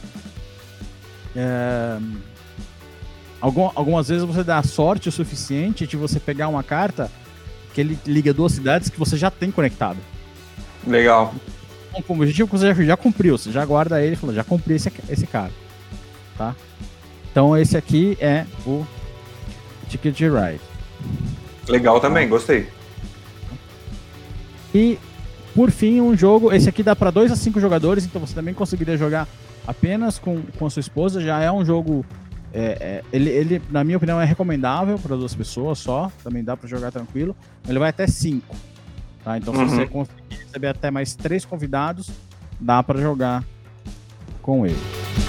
[SPEAKER 1] algumas vezes você dá sorte o suficiente de você pegar uma carta que ele liga 2 cidades que você já tem conectado.
[SPEAKER 2] Legal.
[SPEAKER 1] Então, como objetivo que você já cumpriu, você já guarda ele e fala, já cumpri esse cara. Tá? Então esse aqui é o Ticket to Ride.
[SPEAKER 2] Legal também, gostei.
[SPEAKER 1] E por fim, um jogo, esse aqui dá para 2 a 5 jogadores, então você também conseguiria jogar apenas com a sua esposa. Já é um jogo, ele na minha opinião é recomendável para 2 pessoas só, também dá para jogar tranquilo. Ele vai até 5, tá? Então se você conseguir receber até mais 3 convidados, dá para jogar com ele.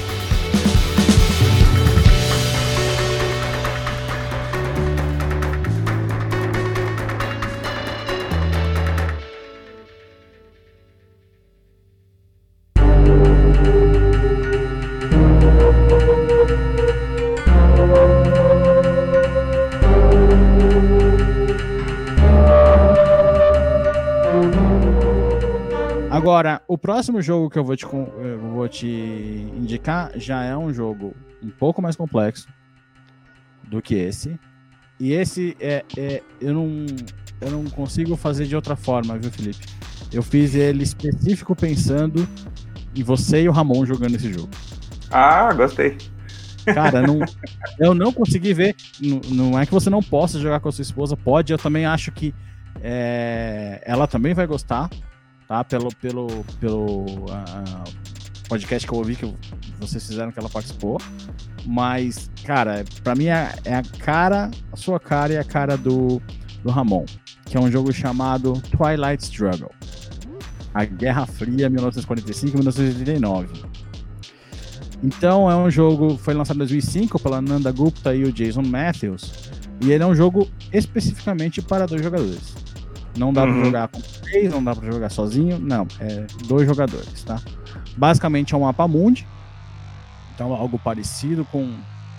[SPEAKER 1] Agora, o próximo jogo que eu vou te indicar já é um jogo um pouco mais complexo do que esse. E esse eu não consigo fazer de outra forma, viu, Felipe? Eu fiz ele específico pensando em você e o Ramon jogando esse jogo.
[SPEAKER 2] Ah, gostei.
[SPEAKER 1] Cara, eu não consegui ver. Não é que você não possa jogar com a sua esposa, pode. Eu também acho que ela também vai gostar. Tá? Pelo podcast que eu ouvi que vocês fizeram, que ela participou. Mas, cara, pra mim é a sua cara e a cara do Ramon, que é um jogo chamado Twilight Struggle, a Guerra Fria 1945-1989. Então é um jogo, foi lançado em 2005 pela Nanda Gupta e o Jason Matthews, e ele é um jogo especificamente para 2 jogadores. Não dá pra jogar com 3, não dá pra jogar sozinho, não, é 2 jogadores, tá? Basicamente é um mapa mundi, então algo parecido com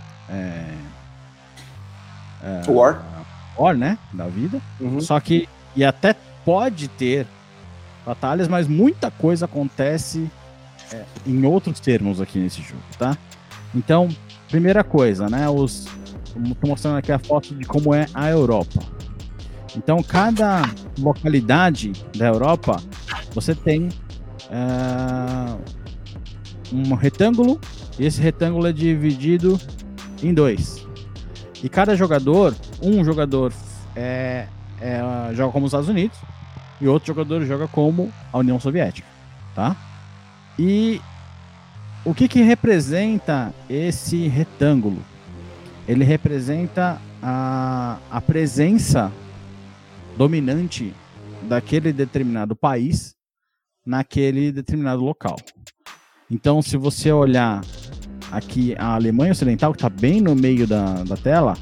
[SPEAKER 1] War, né, da vida, só que, e até pode ter batalhas, mas muita coisa acontece em outros termos aqui nesse jogo, tá? Então, primeira coisa, né? Tô mostrando aqui a foto de como é a Europa. Então, cada localidade da Europa, você tem um retângulo, e esse retângulo é dividido em 2. E cada jogador, um jogador joga como os Estados Unidos, e outro jogador joga como a União Soviética, tá? E o que representa esse retângulo? Ele representa a presença dominante daquele determinado país naquele determinado local. Então, se você olhar aqui a Alemanha Ocidental, que está bem no meio da tela,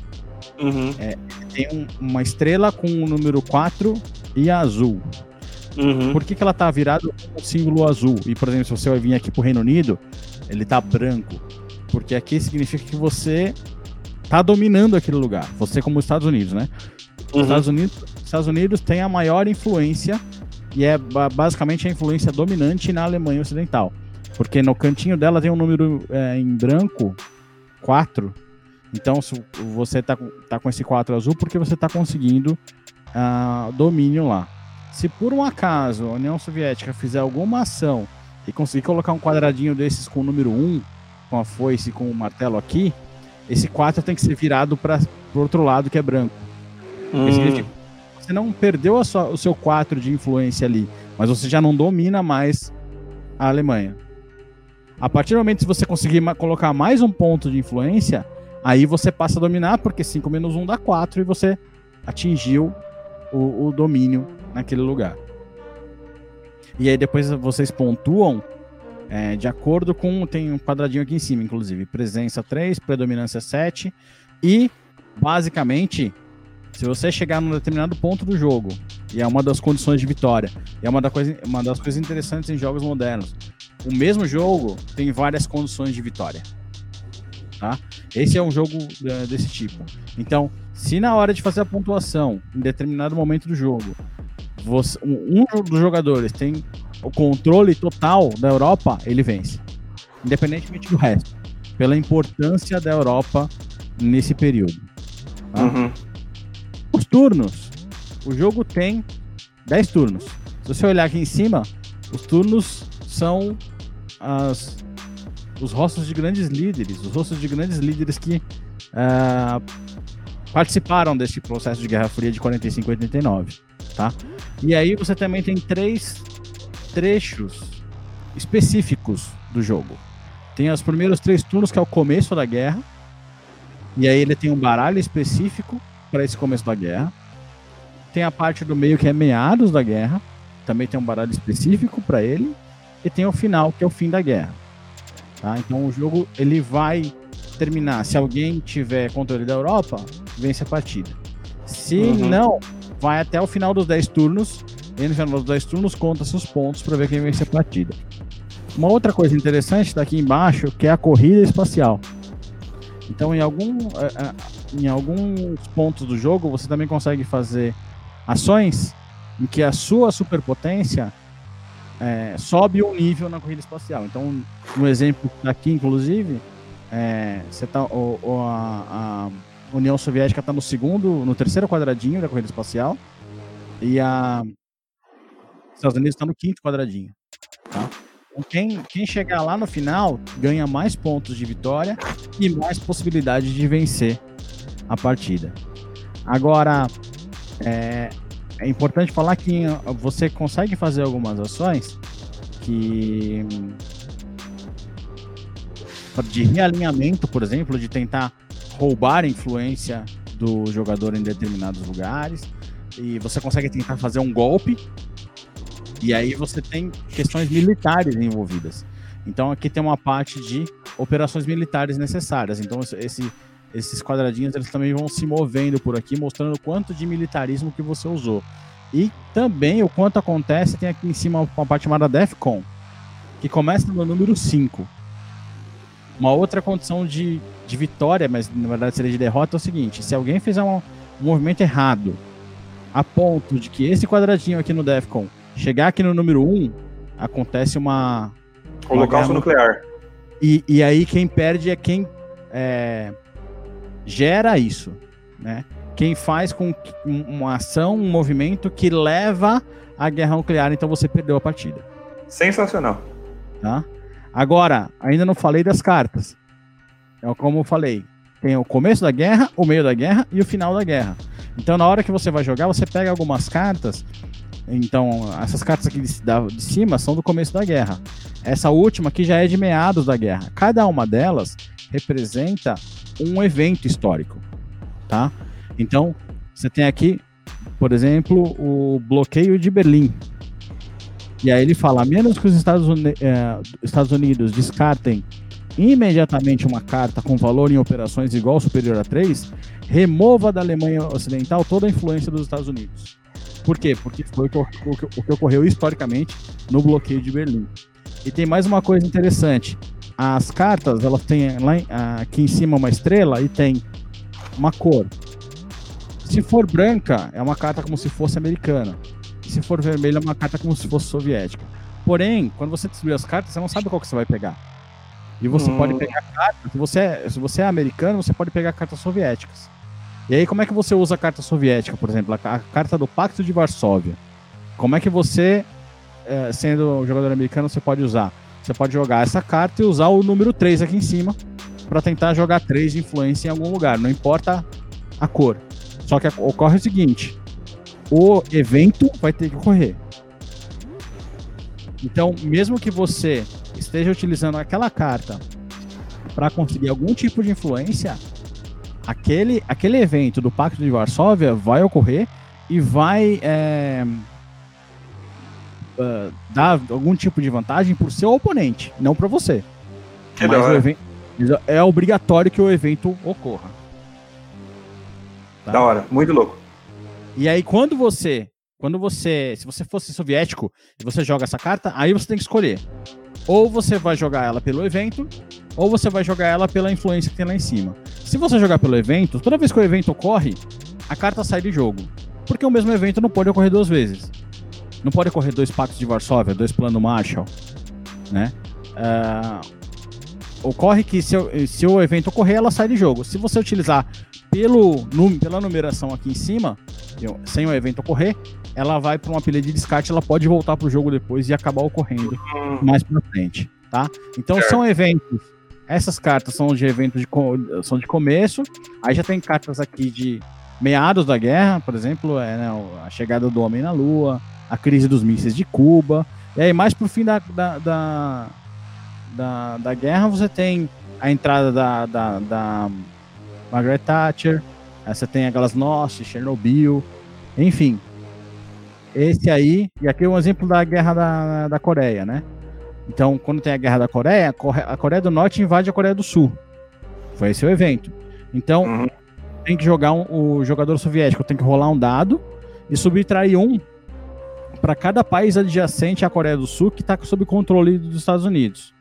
[SPEAKER 1] tem uma estrela com o número 4 e azul. Por que ela tá virada com o símbolo azul? E, por exemplo, se você vai vir aqui pro Reino Unido, ele tá branco. Porque aqui significa que você tá dominando aquele lugar. Você como os Estados Unidos, né? Os Estados Unidos tem a maior influência, e é basicamente a influência dominante na Alemanha Ocidental. Porque no cantinho dela tem um número em branco, 4. Então, se você tá com esse 4 azul, porque você tá conseguindo domínio lá. Se por um acaso a União Soviética fizer alguma ação e conseguir colocar um quadradinho desses com o número 1, com a foice e com o martelo aqui, esse 4 tem que ser virado para o outro lado, que é branco. Você não perdeu o seu 4 de influência ali, mas você já não domina mais a Alemanha. A partir do momento que você conseguir colocar mais um ponto de influência, aí você passa a dominar, porque 5 menos 1 dá 4 e você atingiu o domínio naquele lugar. E aí depois vocês pontuam de acordo com... Tem um quadradinho aqui em cima, inclusive. Presença 3, predominância 7. E, basicamente, se você chegar num determinado ponto do jogo, e é uma das condições de vitória, e é uma das coisas interessantes em jogos modernos, o mesmo jogo tem várias condições de vitória. Tá? Esse é um jogo desse tipo. Então, se na hora de fazer a pontuação, em determinado momento do jogo, um dos jogadores tem o controle total da Europa, ele vence. Independentemente do resto. Pela importância da Europa nesse período. Tá? Os turnos. O jogo tem 10 turnos. Se você olhar aqui em cima, os turnos são os rostos de grandes líderes. Os rostos de grandes líderes que participaram desse processo de Guerra Fria de 45 a 89. Tá? E aí você também tem 3 trechos específicos do jogo. Tem os primeiros 3 turnos, que é o começo da guerra, e aí ele tem um baralho específico para esse começo da guerra. Tem a parte do meio, que é meados da guerra, também tem um baralho específico para ele, e tem o final, que é o fim da guerra. Tá? Então o jogo ele vai terminar, se alguém tiver controle da Europa, vence a partida. Se não, vai até o final dos 10 turnos, e no final dos 10 turnos conta-se os pontos para ver quem vence a partida. Uma outra coisa interessante está aqui embaixo, que é a corrida espacial. Então, em alguns pontos do jogo, você também consegue fazer ações em que a sua superpotência sobe um nível na corrida espacial. Então, um exemplo aqui, inclusive, a União Soviética está no terceiro quadradinho da corrida espacial, e os Estados Unidos está no 5º quadradinho. Tá? Então, quem chegar lá no final ganha mais pontos de vitória e mais possibilidade de vencer a partida. Agora, é importante falar que você consegue fazer algumas ações de realinhamento, por exemplo, de tentar roubar a influência do jogador em determinados lugares, e você consegue tentar fazer um golpe, e aí você tem questões militares envolvidas. Então aqui tem uma parte de operações militares necessárias. Então esses quadradinhos eles também vão se movendo por aqui, mostrando o quanto de militarismo que você usou. E também o quanto acontece, tem aqui em cima uma parte chamada DEFCON, que começa no número 5. Uma outra condição de vitória, mas na verdade seria de derrota, é o seguinte: se alguém fizer um movimento errado, a ponto de que esse quadradinho aqui no DEFCON chegar aqui no número 1, acontece uma
[SPEAKER 2] holocausto nuclear.
[SPEAKER 1] E aí quem perde é quem gera isso, né? Quem faz com uma ação, um movimento que leva à guerra nuclear, então você perdeu a partida.
[SPEAKER 2] Sensacional.
[SPEAKER 1] Tá? Agora, ainda não falei das cartas. Como eu falei, tem o começo da guerra, o meio da guerra e o final da guerra. Então, na hora que você vai jogar, você pega algumas cartas. Então, essas cartas aqui de cima são do começo da guerra. Essa última aqui já é de meados da guerra. Cada uma delas representa um evento histórico, tá? Então, você tem aqui, por exemplo, o bloqueio de Berlim. E aí ele fala, a menos que os Estados Unidos descartem imediatamente uma carta com valor em operações igual ou superior a 3, remova da Alemanha Ocidental toda a influência dos Estados Unidos. Por quê? Porque foi o que ocorreu historicamente no bloqueio de Berlim. E tem mais uma coisa interessante. As cartas, elas têm aqui em cima uma estrela e tem uma cor. Se for branca, é uma carta como se fosse americana. E se for vermelha, é uma carta como se fosse soviética. Porém, quando você distribui as cartas, você não sabe qual que você vai pegar. E você pode pegar cartas. Se você é americano, você pode pegar cartas soviéticas. E aí, como é que você usa a carta soviética, por exemplo? A carta do Pacto de Varsóvia. Como é que você, sendo jogador americano, você pode usar? Você pode jogar essa carta e usar o número 3 aqui em cima para tentar jogar 3 de influência em algum lugar. Não importa a cor. Só que ocorre o seguinte: o evento vai ter que ocorrer. Então, mesmo que você esteja utilizando aquela carta para conseguir algum tipo de influência, aquele evento do Pacto de Varsóvia vai ocorrer e vai dar algum tipo de vantagem para o seu oponente, não para você. Mas é obrigatório que o evento ocorra. Tá?
[SPEAKER 2] Da hora, muito louco.
[SPEAKER 1] E aí, se você fosse soviético e você joga essa carta, aí você tem que escolher. Ou você vai jogar ela pelo evento, ou você vai jogar ela pela influência que tem lá em cima. Se você jogar pelo evento, toda vez que o evento ocorre, a carta sai de jogo. Porque o mesmo evento não pode ocorrer 2 vezes. Não pode ocorrer 2 pactos de Varsóvia, 2 planos Marshall, né? Ocorre que se o evento ocorrer, ela sai de jogo. Se você utilizar pela numeração aqui em cima, sem o evento ocorrer, ela vai para uma pilha de descarte, ela pode voltar para o jogo depois e acabar ocorrendo mais para frente, tá? Então são eventos. Essas cartas são de eventos são de começo. Aí já tem cartas aqui de meados da guerra, por exemplo, a chegada do homem na Lua, a crise dos mísseis de Cuba. E aí mais pro fim da guerra você tem a entrada da Margaret Thatcher, você tem a Glasnost, Chernobyl, enfim. Esse aí, e aqui é um exemplo da guerra da Coreia, né? Então, quando tem a guerra da Coreia, a Coreia do Norte invade a Coreia do Sul. Foi esse o evento. Então, tem que jogar o jogador soviético tem que rolar um dado e subtrair um para cada país adjacente à Coreia do Sul que está sob controle dos Estados Unidos.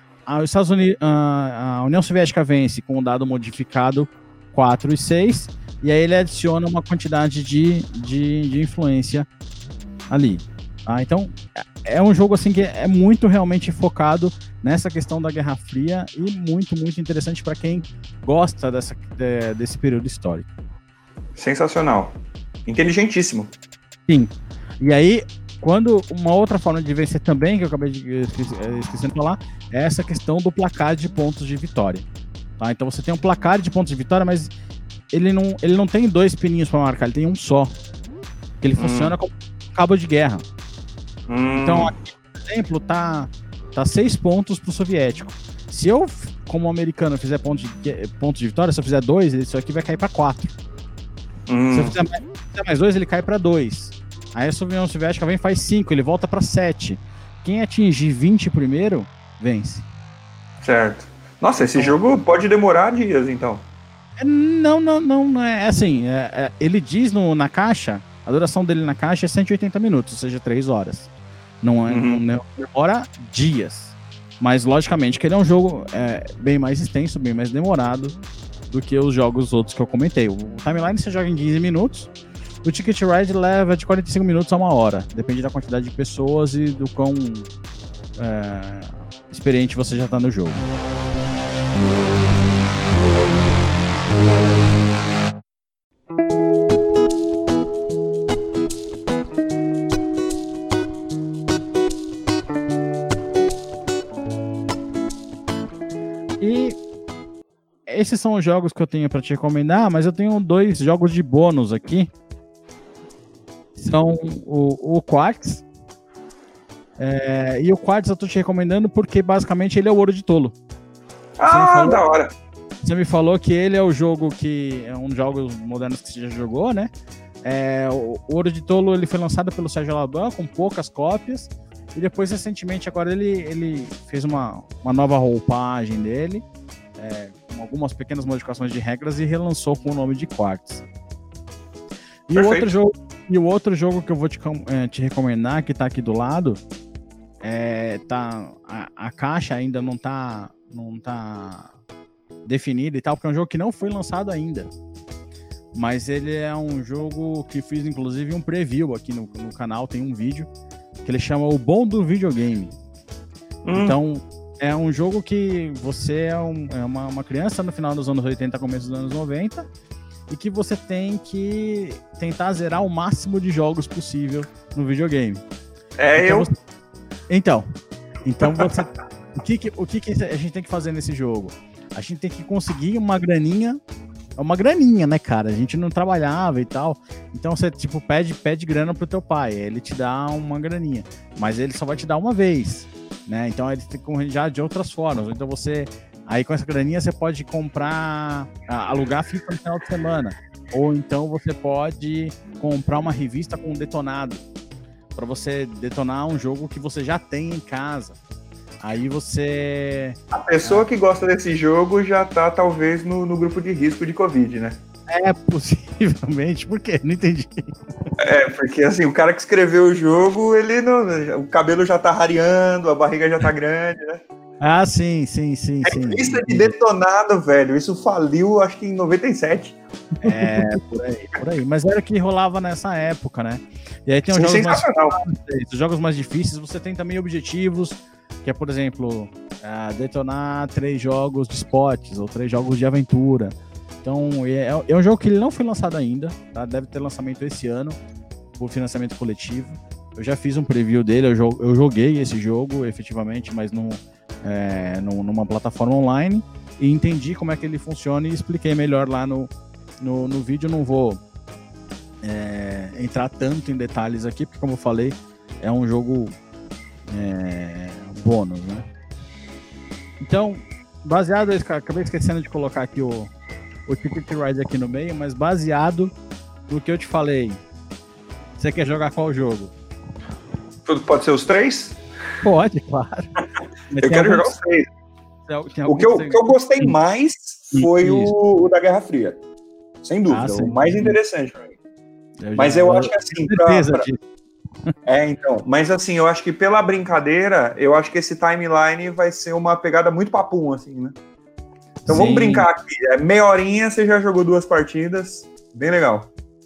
[SPEAKER 1] A União Soviética vence com um dado modificado 4 e 6, e aí ele adiciona uma quantidade de influência ali. Tá? Então, é um jogo assim que é muito realmente focado nessa questão da Guerra Fria e muito, muito interessante para quem gosta desse período histórico.
[SPEAKER 2] Sensacional. Inteligentíssimo.
[SPEAKER 1] Sim. E aí, uma outra forma de vencer também, que eu acabei de esquecer de falar, é essa questão do placar de pontos de vitória. Tá? Então você tem um placar de pontos de vitória, mas ele não tem 2 pininhos para marcar, ele tem um só. Que ele funciona como cabo de guerra. Então, aqui, por exemplo, tá 6 pontos pro soviético. Se eu, como americano, fizer pontos de vitória, se eu fizer 2, isso aqui vai cair para 4. Se eu fizer mais 2, ele cai para 2. Aí a União Soviética vem e faz 5, ele volta para 7. Quem atingir 20 primeiro, vence.
[SPEAKER 2] Certo. Nossa, esse jogo pode demorar dias, então.
[SPEAKER 1] Não é assim. Ele diz na caixa, a duração dele na caixa é 180 minutos, ou seja, 3 horas. Não demora dias. Mas, logicamente, que ele é um jogo bem mais extenso, bem mais demorado do que os jogos outros que eu comentei. O Timeline você joga em 15 minutos, o Ticket Ride leva de 45 minutos a 1 hora. Depende da quantidade de pessoas e do quão experiente você já tá no jogo. E esses são os jogos que eu tenho para te recomendar, mas eu tenho 2 jogos de bônus aqui. São o Quartz. E o Quartz eu tô te recomendando porque basicamente ele é o Ouro de Tolo.
[SPEAKER 2] Da hora.
[SPEAKER 1] Você me falou que ele é o jogo que é um dos jogos modernos que você já jogou, né? O Ouro de Tolo ele foi lançado pelo Sérgio Alaban com poucas cópias. E depois, recentemente, agora ele fez uma nova roupagem dele, com algumas pequenas modificações de regras e relançou com o nome de Quartz. E o outro jogo que eu vou te recomendar, que tá aqui do lado, a caixa ainda não tá definida e tal, porque é um jogo que não foi lançado ainda. Mas ele é um jogo que fiz, inclusive, um preview aqui no canal, tem um vídeo, que ele chama O Bom do Videogame. Então, é um jogo que você é uma criança no final dos anos 80, começo dos anos 90, e que você tem que tentar zerar o máximo de jogos possível no videogame. Então você... o que a gente tem que fazer nesse jogo? A gente tem que conseguir uma graninha, né, cara? A gente não trabalhava e tal. Então você, tipo, pede grana pro teu pai. Ele te dá uma graninha. Mas ele só vai te dar uma vez, né? Então ele tem que arranjar de outras formas. Então você... Aí com essa graninha você pode comprar... alugar fita no final de semana. Ou então você pode comprar uma revista com um detonado. Pra você detonar um jogo que você já tem em casa. Aí você...
[SPEAKER 2] A pessoa que gosta desse jogo já tá, talvez, no grupo de risco de Covid, né?
[SPEAKER 1] Possivelmente. Por quê? Não entendi.
[SPEAKER 2] Porque assim, o cara que escreveu o jogo, o cabelo já tá rareando, a barriga já tá grande, né?
[SPEAKER 1] Sim.
[SPEAKER 2] Lista de detonado, velho. Isso faliu, acho que em 97.
[SPEAKER 1] Por aí. Mas era o que rolava nessa época, né? E aí tem os jogos mais difíceis. Você tem também objetivos, que é, por exemplo, detonar 3 jogos de esportes ou 3 jogos de aventura. Então, é um jogo que ele não foi lançado ainda, tá? Deve ter lançamento esse ano, por financiamento coletivo. Eu já fiz um preview dele, eu joguei esse jogo, efetivamente, mas numa plataforma online, e entendi como é que ele funciona e expliquei melhor lá no vídeo. Não vou entrar tanto em detalhes aqui, porque, como eu falei, é um jogo bônus, né? Então, baseado, acabei esquecendo de colocar aqui o Ticket Ride aqui no meio, mas baseado no que eu te falei, você quer jogar qual jogo?
[SPEAKER 2] Tudo pode ser os 3?
[SPEAKER 1] Pode, claro.
[SPEAKER 2] Eu quero jogar os 3. O que eu gostei mais foi o da Guerra Fria. Sem dúvida, o mais interessante pra mim. Mas eu acho que assim... Então. Mas assim, eu acho que pela brincadeira, eu acho que esse timeline vai ser uma pegada muito papum, assim, né? Então vamos brincar aqui. Meia horinha, você já jogou 2 partidas. Bem legal.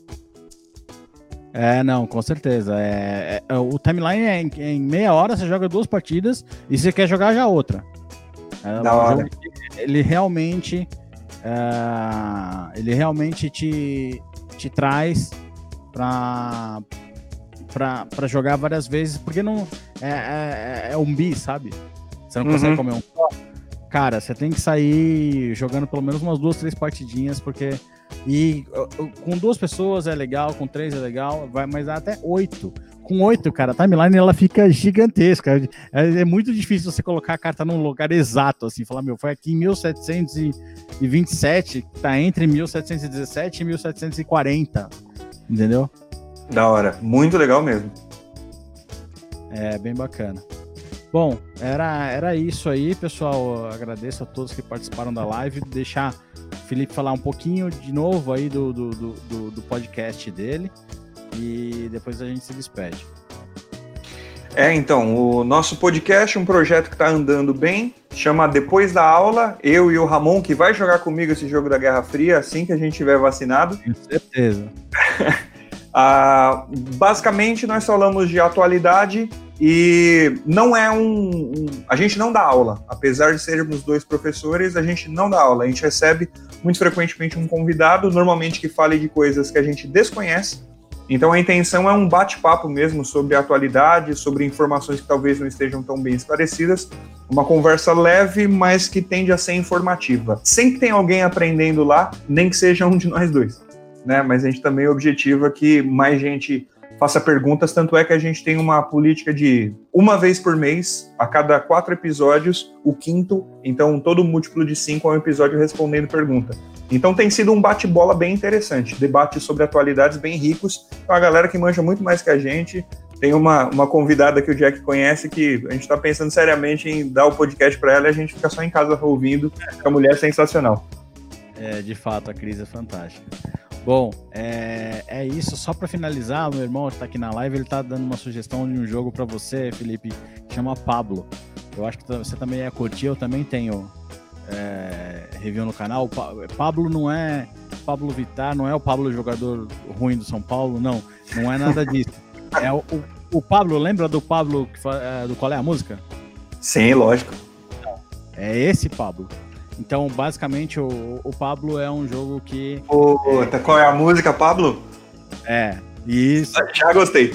[SPEAKER 1] Não, com certeza. O timeline em meia hora, você joga 2 partidas e você quer jogar já outra.
[SPEAKER 2] Da hora.
[SPEAKER 1] Ele realmente te traz pra jogar várias vezes, porque não é um bi, sabe? Você não consegue comer um só. Cara, você tem que sair jogando pelo menos umas 2, 3 partidinhas, porque... E com 2 pessoas é legal, com 3 é legal, mas até 8. Com 8, cara, a timeline ela fica gigantesca. É muito difícil você colocar a carta num lugar exato, assim, falar, foi aqui em 1727, tá entre 1717 e 1740, entendeu?
[SPEAKER 2] Da hora, muito legal mesmo.
[SPEAKER 1] Bem bacana. Bom, era isso aí, pessoal. Eu agradeço a todos que participaram da live. Deixar o Felipe falar um pouquinho de novo aí do podcast dele e depois a gente se despede.
[SPEAKER 2] Então, o nosso podcast é um projeto que está andando bem, chama Depois da Aula, eu e o Ramon, que vai jogar comigo esse jogo da Guerra Fria assim que a gente estiver vacinado.
[SPEAKER 1] Com certeza.
[SPEAKER 2] Basicamente, nós falamos de atualidade e não é a gente não dá aula. Apesar de sermos 2 professores, a gente não dá aula. A gente recebe muito frequentemente um convidado, normalmente que fale de coisas que a gente desconhece. Então a intenção é um bate-papo mesmo sobre a atualidade, sobre informações que talvez não estejam tão bem esclarecidas, uma conversa leve, mas que tende a ser informativa. Sempre tem alguém aprendendo lá, nem que seja um de nós 2, né? Mas a gente também objetiva que mais gente faça perguntas, tanto é que a gente tem uma política de 1 vez por mês, a cada 4 episódios, o 5º, então todo múltiplo de 5 é um episódio respondendo pergunta. Então tem sido um bate-bola bem interessante, debates sobre atualidades bem ricos, com a galera que manja muito mais que a gente. Tem uma convidada que o Jack conhece que a gente está pensando seriamente em dar o podcast para ela e a gente fica só em casa ouvindo, que a mulher é sensacional.
[SPEAKER 1] De fato, a Cris é fantástica. Bom, é isso. Só para finalizar, meu irmão está aqui na live, ele está dando uma sugestão de um jogo para você, Felipe, que chama Pablo. Eu acho que você também ia curtir, eu também tenho review no canal. Pablo não é Pablo Vittar, não é o Pablo jogador ruim do São Paulo, não é nada disso. É o Pablo, lembra do Pablo do Qual é a Música?
[SPEAKER 2] Sim, lógico.
[SPEAKER 1] É esse Pablo. Então, basicamente, o Pablo é um jogo que...
[SPEAKER 2] Qual é a música, Pablo?
[SPEAKER 1] Isso.
[SPEAKER 2] Já gostei.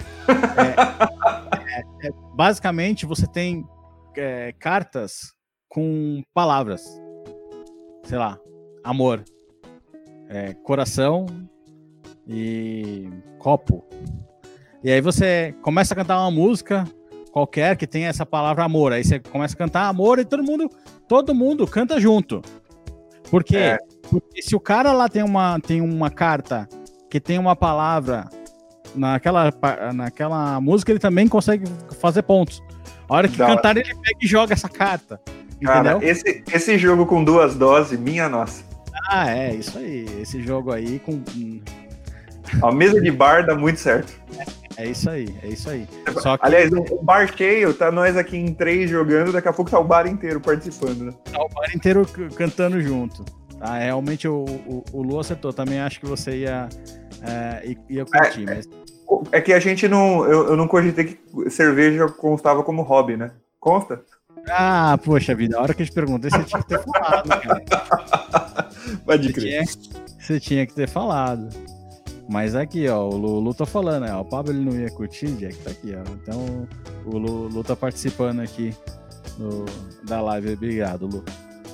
[SPEAKER 1] Basicamente, você tem cartas com palavras. Sei lá, amor, coração e copo. E aí você começa a cantar uma música qualquer que tenha essa palavra amor. Aí você começa a cantar amor e todo mundo canta junto. Porque se o cara lá tem uma carta que tem uma palavra naquela música, ele também consegue fazer pontos. A hora que cantar, ele pega e joga essa carta. Entendeu?
[SPEAKER 2] Cara, esse jogo com 2 doses, minha nossa.
[SPEAKER 1] Isso aí. Esse jogo aí com...
[SPEAKER 2] A mesa de bar dá muito certo.
[SPEAKER 1] É isso aí.
[SPEAKER 2] Só que... Aliás, o bar cheio, tá nós aqui em 3 jogando, daqui a pouco tá o bar inteiro participando, né?
[SPEAKER 1] Tá o bar inteiro cantando junto. Realmente o Lu acertou. Também acho que você ia curtir, mas...
[SPEAKER 2] É que a gente não... Eu não cogitei que cerveja constava como hobby, né? Consta?
[SPEAKER 1] Poxa vida, a hora que eu te perguntei, você tinha que ter falado, cara.
[SPEAKER 2] Pode crer.
[SPEAKER 1] Você tinha que ter falado. Mas aqui, ó, o Lu tá falando, o Pablo ele não ia curtir, Jack, tá aqui, ó. Então, o Lu tá participando aqui da live. Obrigado, Lu.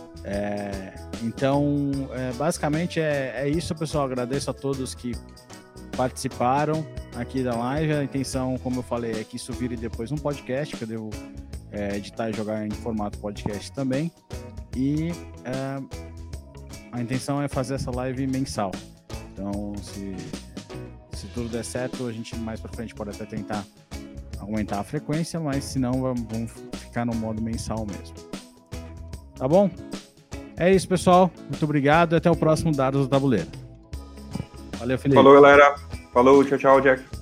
[SPEAKER 1] Então, basicamente é isso, pessoal. Agradeço a todos que participaram aqui da live. A intenção, como eu falei, é que isso vire depois um podcast, que eu devo editar e jogar em formato podcast também. E a intenção é fazer essa live mensal. Então, se tudo der certo, a gente mais pra frente pode até tentar aumentar a frequência, mas se não, vamos ficar no modo mensal mesmo. Tá bom? É isso, pessoal. Muito obrigado e até o próximo Dados do Tabuleiro. Valeu, Felipe.
[SPEAKER 2] Falou, galera. Falou, tchau, Jack.